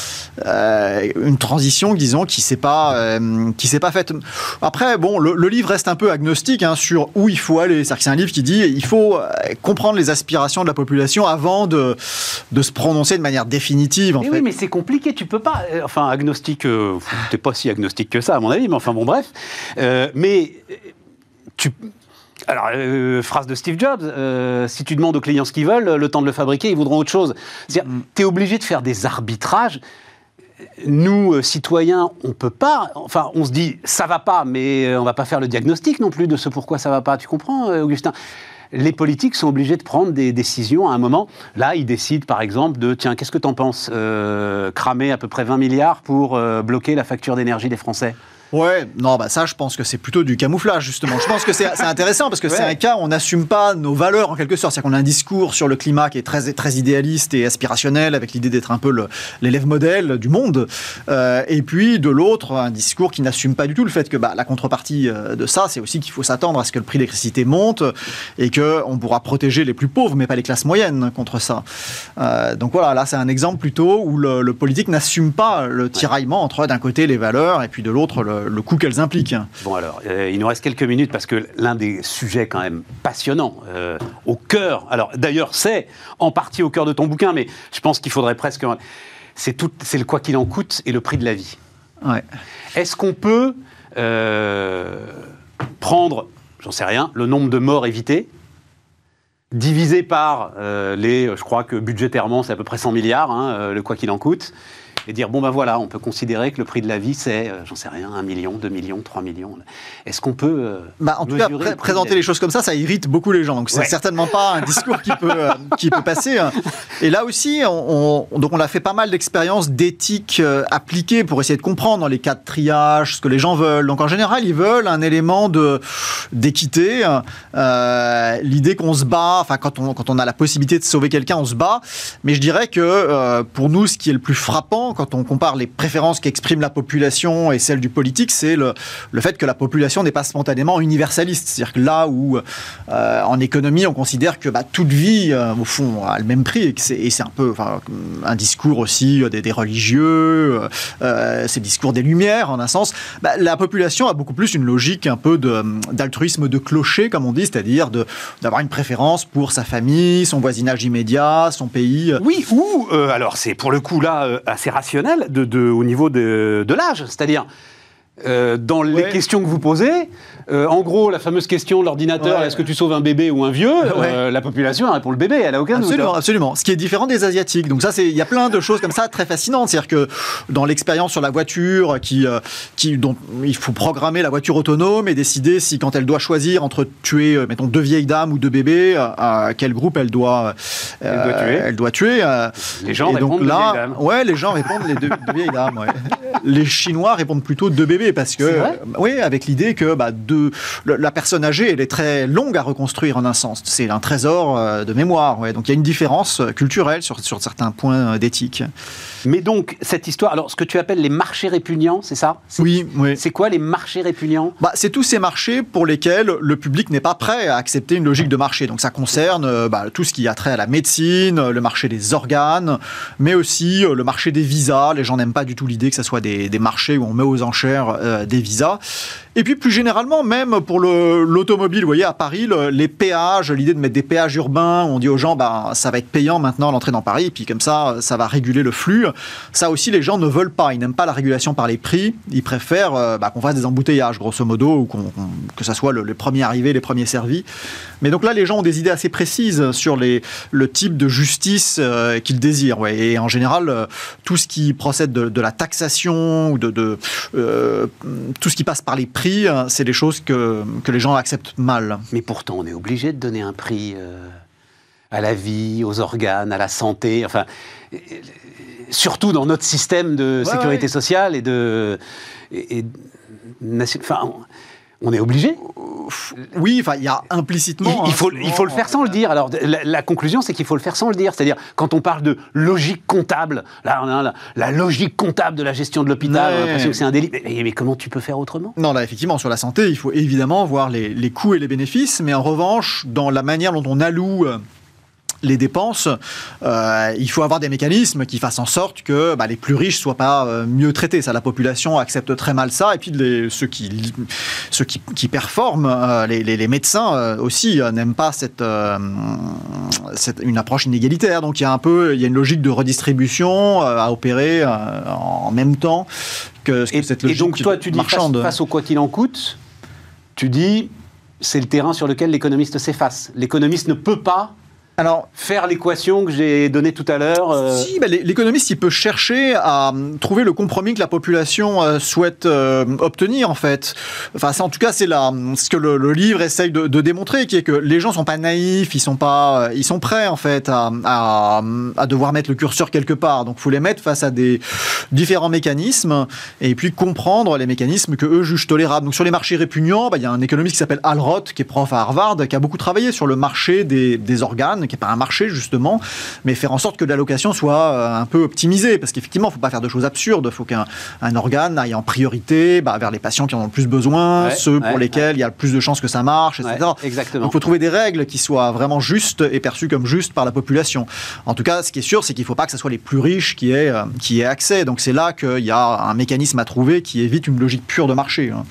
Euh, une transition, disons, qui s'est pas, euh, qui s'est pas faite. Après, bon, le, le livre reste un peu agnostique hein, sur où il faut aller. C'est-à-dire que c'est un livre qui dit il faut comprendre les aspirations de la population avant de, de se prononcer de manière définitive. En mais fait. Oui, mais c'est compliqué. Tu peux pas. Enfin, agnostique. Euh, t'es pas si agnostique que ça, à mon avis. Mais enfin, bon, bref. Euh, mais tu. Alors, euh, phrase de Steve Jobs, euh, si tu demandes aux clients ce qu'ils veulent, le temps de le fabriquer, ils voudront autre chose. C'est-à-dire, mm. tu es obligé de faire des arbitrages. Nous, euh, citoyens, on peut pas. Enfin, on se dit, ça va pas, mais on va pas faire le diagnostic non plus de ce pourquoi ça va pas. Tu comprends, euh, Augustin ? Les politiques sont obligés de prendre des décisions à un moment. Là, ils décident, par exemple, de, tiens, qu'est-ce que t'en penses euh, cramer à peu près vingt milliards pour euh, bloquer la facture d'énergie des Français ? Ouais, non, bah ça, je pense que c'est plutôt du camouflage, justement. Je pense que c'est, c'est intéressant parce que ouais. c'est un cas où on n'assume pas nos valeurs, en quelque sorte. C'est-à-dire qu'on a un discours sur le climat qui est très, très idéaliste et aspirationnel, avec l'idée d'être un peu le, l'élève modèle du monde. Euh, et puis, de l'autre, un discours qui n'assume pas du tout le fait que bah, la contrepartie de ça, c'est aussi qu'il faut s'attendre à ce que le prix de l'électricité monte et qu'on pourra protéger les plus pauvres, mais pas les classes moyennes contre ça. Euh, donc voilà, là, c'est un exemple plutôt où le, le politique n'assume pas le tiraillement entre, d'un côté, les valeurs et puis de l'autre, le le coût qu'elles impliquent. Bon alors, euh, il nous reste quelques minutes parce que l'un des sujets quand même passionnants, euh, au cœur, alors d'ailleurs c'est en partie au cœur de ton bouquin, mais je pense qu'il faudrait presque... C'est, tout, c'est le quoi qu'il en coûte et le prix de la vie. Ouais. Est-ce qu'on peut euh, prendre, j'en sais rien, le nombre de morts évitées, divisé par euh, les, je crois que budgétairement c'est à peu près cent milliards, hein, euh, le quoi qu'il en coûte, et dire, bon ben voilà, on peut considérer que le prix de la vie, c'est, euh, j'en sais rien, un million, deux millions, trois millions. Est-ce qu'on peut euh, bah, En tout cas, pré- présenter les choses comme ça, ça irrite beaucoup les gens. Donc, c'est ouais. certainement pas un discours qui peut, euh, qui peut passer. Et là aussi, on, on, donc on a fait pas mal d'expériences d'éthique euh, appliquées pour essayer de comprendre dans les cas de triage ce que les gens veulent. Donc, en général, ils veulent un élément de, d'équité. Euh, l'idée qu'on se bat, enfin, quand on, quand on a la possibilité de sauver quelqu'un, on se bat. Mais je dirais que euh, pour nous, ce qui est le plus frappant, quand on compare les préférences qu'exprime la population et celles du politique, c'est le, le fait que la population n'est pas spontanément universaliste. C'est-à-dire que là où, euh, en économie, on considère que bah, toute vie, euh, au fond, a le même prix, et, que c'est, et c'est un peu enfin, un discours aussi des, des religieux, euh, c'est le discours des Lumières, en un sens, bah, la population a beaucoup plus une logique un peu de, d'altruisme de clocher, comme on dit, c'est-à-dire de, d'avoir une préférence pour sa famille, son voisinage immédiat, son pays. Oui, ou, euh, alors c'est pour le coup là euh, assez rationnel, De, de, au niveau de, de l'âge, c'est-à-dire euh, dans les ouais. questions que vous posez, euh, en gros, la fameuse question de l'ordinateur, ouais. est-ce que tu sauves un bébé ou un vieux ouais. euh, la population répond le bébé, elle a aucun absolument, doute. Absolument, ce qui est différent des Asiatiques. Donc ça, c'est, il y a plein de choses comme ça très fascinantes. C'est-à-dire que dans l'expérience sur la voiture, qui, euh, qui, dont il faut programmer la voiture autonome et décider si, quand elle doit choisir entre tuer, euh, mettons, deux vieilles dames ou deux bébés, euh, quel groupe elle doit, euh, elle doit tuer. Elle doit tuer euh, les gens et répondent donc, là, deux vieilles dames. Ouais, les gens répondent les deux, deux vieilles dames. Ouais. Les Chinois répondent plutôt deux bébés parce que, euh, oui, avec l'idée que bah, deux, le, la personne âgée, elle est très longue à reconstruire en un sens. C'est un trésor euh, de mémoire. Ouais. Donc il y a une différence culturelle sur, sur certains points d'éthique. Mais donc, cette histoire, alors ce que tu appelles les marchés répugnants, c'est ça ? c'est, Oui, oui. C'est quoi les marchés répugnants ? bah, C'est tous ces marchés pour lesquels le public n'est pas prêt à accepter une logique de marché. Donc ça concerne bah, tout ce qui a trait à la médecine, le marché des organes, mais aussi euh, le marché des visas. Les gens n'aiment pas du tout l'idée que ce soit des, des marchés où on met aux enchères euh, des visas. Et puis plus généralement, même pour le, l'automobile, vous voyez, à Paris, le, les péages, l'idée de mettre des péages urbains, où on dit aux gens, bah, ça va être payant maintenant l'entrée dans Paris, et puis comme ça, ça va réguler le flux. Ça aussi, les gens ne veulent pas. Ils n'aiment pas la régulation par les prix. Ils préfèrent euh, bah, qu'on fasse des embouteillages, grosso modo, ou qu'on, qu'on, que ça soit le, les premiers arrivés, les premiers servis. Mais donc là, les gens ont des idées assez précises sur les, le type de justice euh, qu'ils désirent. Ouais. Et en général, euh, tout ce qui procède de, de la taxation, ou de, de euh, tout ce qui passe par les prix, c'est des choses que, que les gens acceptent mal. Mais pourtant, on est obligé de donner un prix euh, à la vie, aux organes, à la santé. Enfin, surtout dans notre système de ouais, sécurité ouais. sociale et de... Et, et, enfin, on est obligé. Oui, enfin, il y a implicitement... Il, il, faut, il faut le faire sans le dire. Alors, la, la conclusion, c'est qu'il faut le faire sans le dire. C'est-à-dire, quand on parle de logique comptable, là, on a la, la logique comptable de la gestion de l'hôpital, ouais. on a l'impression que c'est un délit. Mais, mais comment tu peux faire autrement ? Non, là, effectivement, sur la santé, il faut évidemment voir les, les coûts et les bénéfices, mais en revanche, dans la manière dont on alloue les dépenses, euh, il faut avoir des mécanismes qui fassent en sorte que bah, les plus riches soient pas euh, mieux traités. Ça, la population accepte très mal ça. Et puis les, ceux qui ceux qui, qui performent, euh, les, les, les médecins euh, aussi euh, n'aiment pas cette, euh, cette une approche inégalitaire. Donc il y a un peu, il y a une logique de redistribution euh, à opérer euh, en même temps que, que et, cette logique et donc toi, tu dis marchande. face, face au quoi qu'il en coûte, tu dis c'est le terrain sur lequel l'économiste s'efface. L'économiste ne peut pas Alors, faire l'équation que j'ai donnée tout à l'heure. Euh... Si, bah, l'économiste, il peut chercher à trouver le compromis que la population euh, souhaite euh, obtenir, en fait. Enfin, en tout cas, c'est là ce que le, le livre essaye de, de démontrer, qui est que les gens sont pas naïfs, ils sont pas, ils sont prêts, en fait, à, à, à devoir mettre le curseur quelque part. Donc, il faut les mettre face à des différents mécanismes et puis comprendre les mécanismes que eux jugent tolérables. Donc, sur les marchés répugnants, bah, il y a un économiste qui s'appelle Hal Roth, qui est prof à Harvard, qui a beaucoup travaillé sur le marché des, des organes, qui n'est pas un marché justement, mais faire en sorte que l'allocation soit un peu optimisée, parce qu'effectivement, il ne faut pas faire de choses absurdes, il faut qu'un un organe aille en priorité bah, vers les patients qui en ont le plus besoin, ouais, ceux ouais, pour lesquels il ouais. y a le plus de chances que ça marche, et cetera. Ouais, exactement. Donc il faut trouver des règles qui soient vraiment justes et perçues comme justes par la population. En tout cas, ce qui est sûr, c'est qu'il ne faut pas que ce soit les plus riches qui aient, euh, qui aient accès. Donc c'est là qu'il y a un mécanisme à trouver qui évite une logique pure de marché. Hein.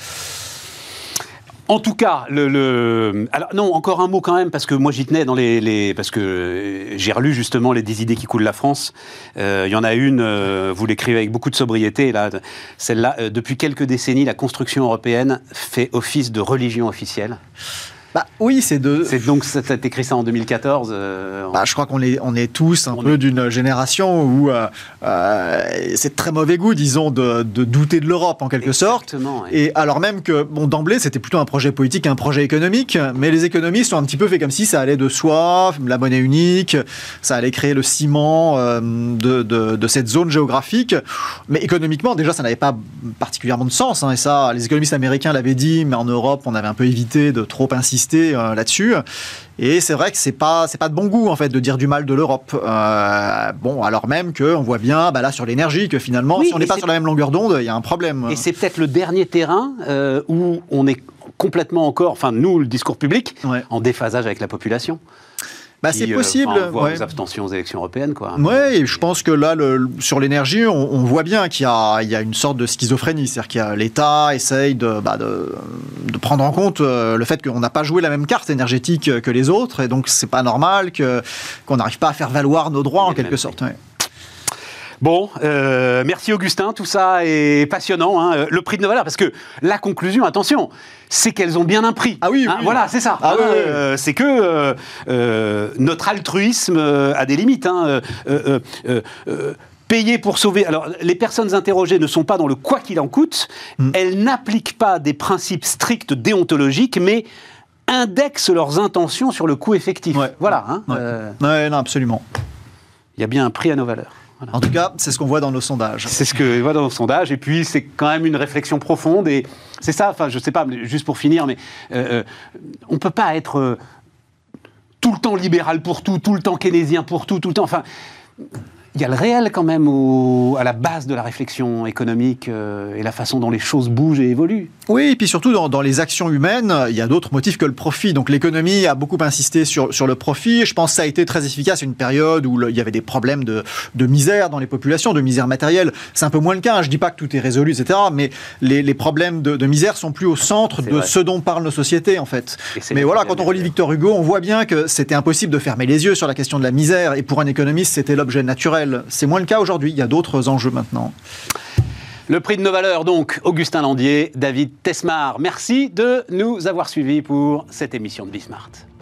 En tout cas, le, le... Alors, non, encore un mot quand même, parce que moi j'y tenais dans les, les... parce que j'ai relu justement les des idées qui coulent la France. Il euh, y en a une, euh, vous l'écrivez avec beaucoup de sobriété, là, celle-là, euh, depuis quelques décennies, la construction européenne fait office de religion officielle. Bah, oui, c'est de... C'est donc, tu as écrit ça en deux mille quatorze euh, bah, Je crois qu'on est, on est tous un peu est... d'une génération où euh, euh, c'est de très mauvais goût, disons, de, de douter de l'Europe, en quelque Exactement, sorte. Oui. Et alors même que, bon, d'emblée, c'était plutôt un projet politique qu'un projet économique, mais les économistes ont un petit peu fait comme si ça allait de soi, la monnaie unique, ça allait créer le ciment euh, de, de, de cette zone géographique. Mais économiquement, déjà, ça n'avait pas particulièrement de sens. Hein, et ça, les économistes américains l'avaient dit, mais en Europe, on avait un peu évité de trop insister là-dessus. Et c'est vrai que c'est pas c'est pas de bon goût en fait de dire du mal de l'Europe. Euh, bon, alors même que on voit bien, bah là sur l'énergie, que finalement, oui, si on n'est pas sur la même longueur d'onde, il y a un problème. Et c'est peut-être le dernier terrain euh, où on est complètement encore, enfin nous, le discours public, ouais. en déphasage avec la population. Bah, c'est possible. Euh, voire ouais. aux abstentions aux élections européennes, quoi. Oui, et je pense que là, le, sur l'énergie, on, on voit bien qu'il y a, il y a une sorte de schizophrénie. C'est-à-dire que l'État essaye de, bah, de, de prendre en compte le fait qu'on n'a pas joué la même carte énergétique que les autres, et donc c'est pas normal que, qu'on n'arrive pas à faire valoir nos droits, en quelque sorte. Ouais. Bon, euh, merci Augustin, tout ça est passionnant, hein. Le prix de nos valeurs, parce que la conclusion, attention, c'est qu'elles ont bien un prix. Ah oui, hein, oui. Voilà, c'est ça. Ah, hein, oui, oui. Euh, c'est que euh, euh, notre altruisme euh, a des limites. Hein, euh, euh, euh, euh, Payer pour sauver. Alors, les personnes interrogées ne sont pas dans le quoi qu'il en coûte. Mm. Elles n'appliquent pas des principes stricts déontologiques, mais indexent leurs intentions sur le coût effectif. Ouais. Voilà. Hein, ouais. Euh, ouais, non, absolument. Il y a bien un prix à nos valeurs. Voilà. En tout cas, c'est ce qu'on voit dans nos sondages. C'est ce que voit dans nos sondages, et puis c'est quand même une réflexion profonde, et c'est ça, enfin je sais pas, juste pour finir, mais euh, on peut pas être euh, tout le temps libéral pour tout, tout le temps keynésien pour tout, tout le temps, enfin... Il y a le réel quand même au, à la base de la réflexion économique euh, et la façon dont les choses bougent et évoluent. Oui, et puis surtout dans, dans les actions humaines, il y a d'autres motifs que le profit. Donc l'économie a beaucoup insisté sur, sur le profit. Je pense que ça a été très efficace à une période où le, il y avait des problèmes de, de misère dans les populations, de misère matérielle. C'est un peu moins le cas. Je ne dis pas que tout est résolu, et cetera. Mais les, les problèmes de, de misère sont plus au centre c'est de vrai. Ce dont parlent nos sociétés, en fait. Mais voilà, quand on relit Victor Hugo, on voit bien que c'était impossible de fermer les yeux sur la question de la misère. Et pour un économiste, c'était l'objet naturel. C'est moins le cas aujourd'hui, il y a d'autres enjeux maintenant. Le prix de nos valeurs, donc, Augustin Landier, David Tesmar. Merci de nous avoir suivis pour cette émission de Bismart.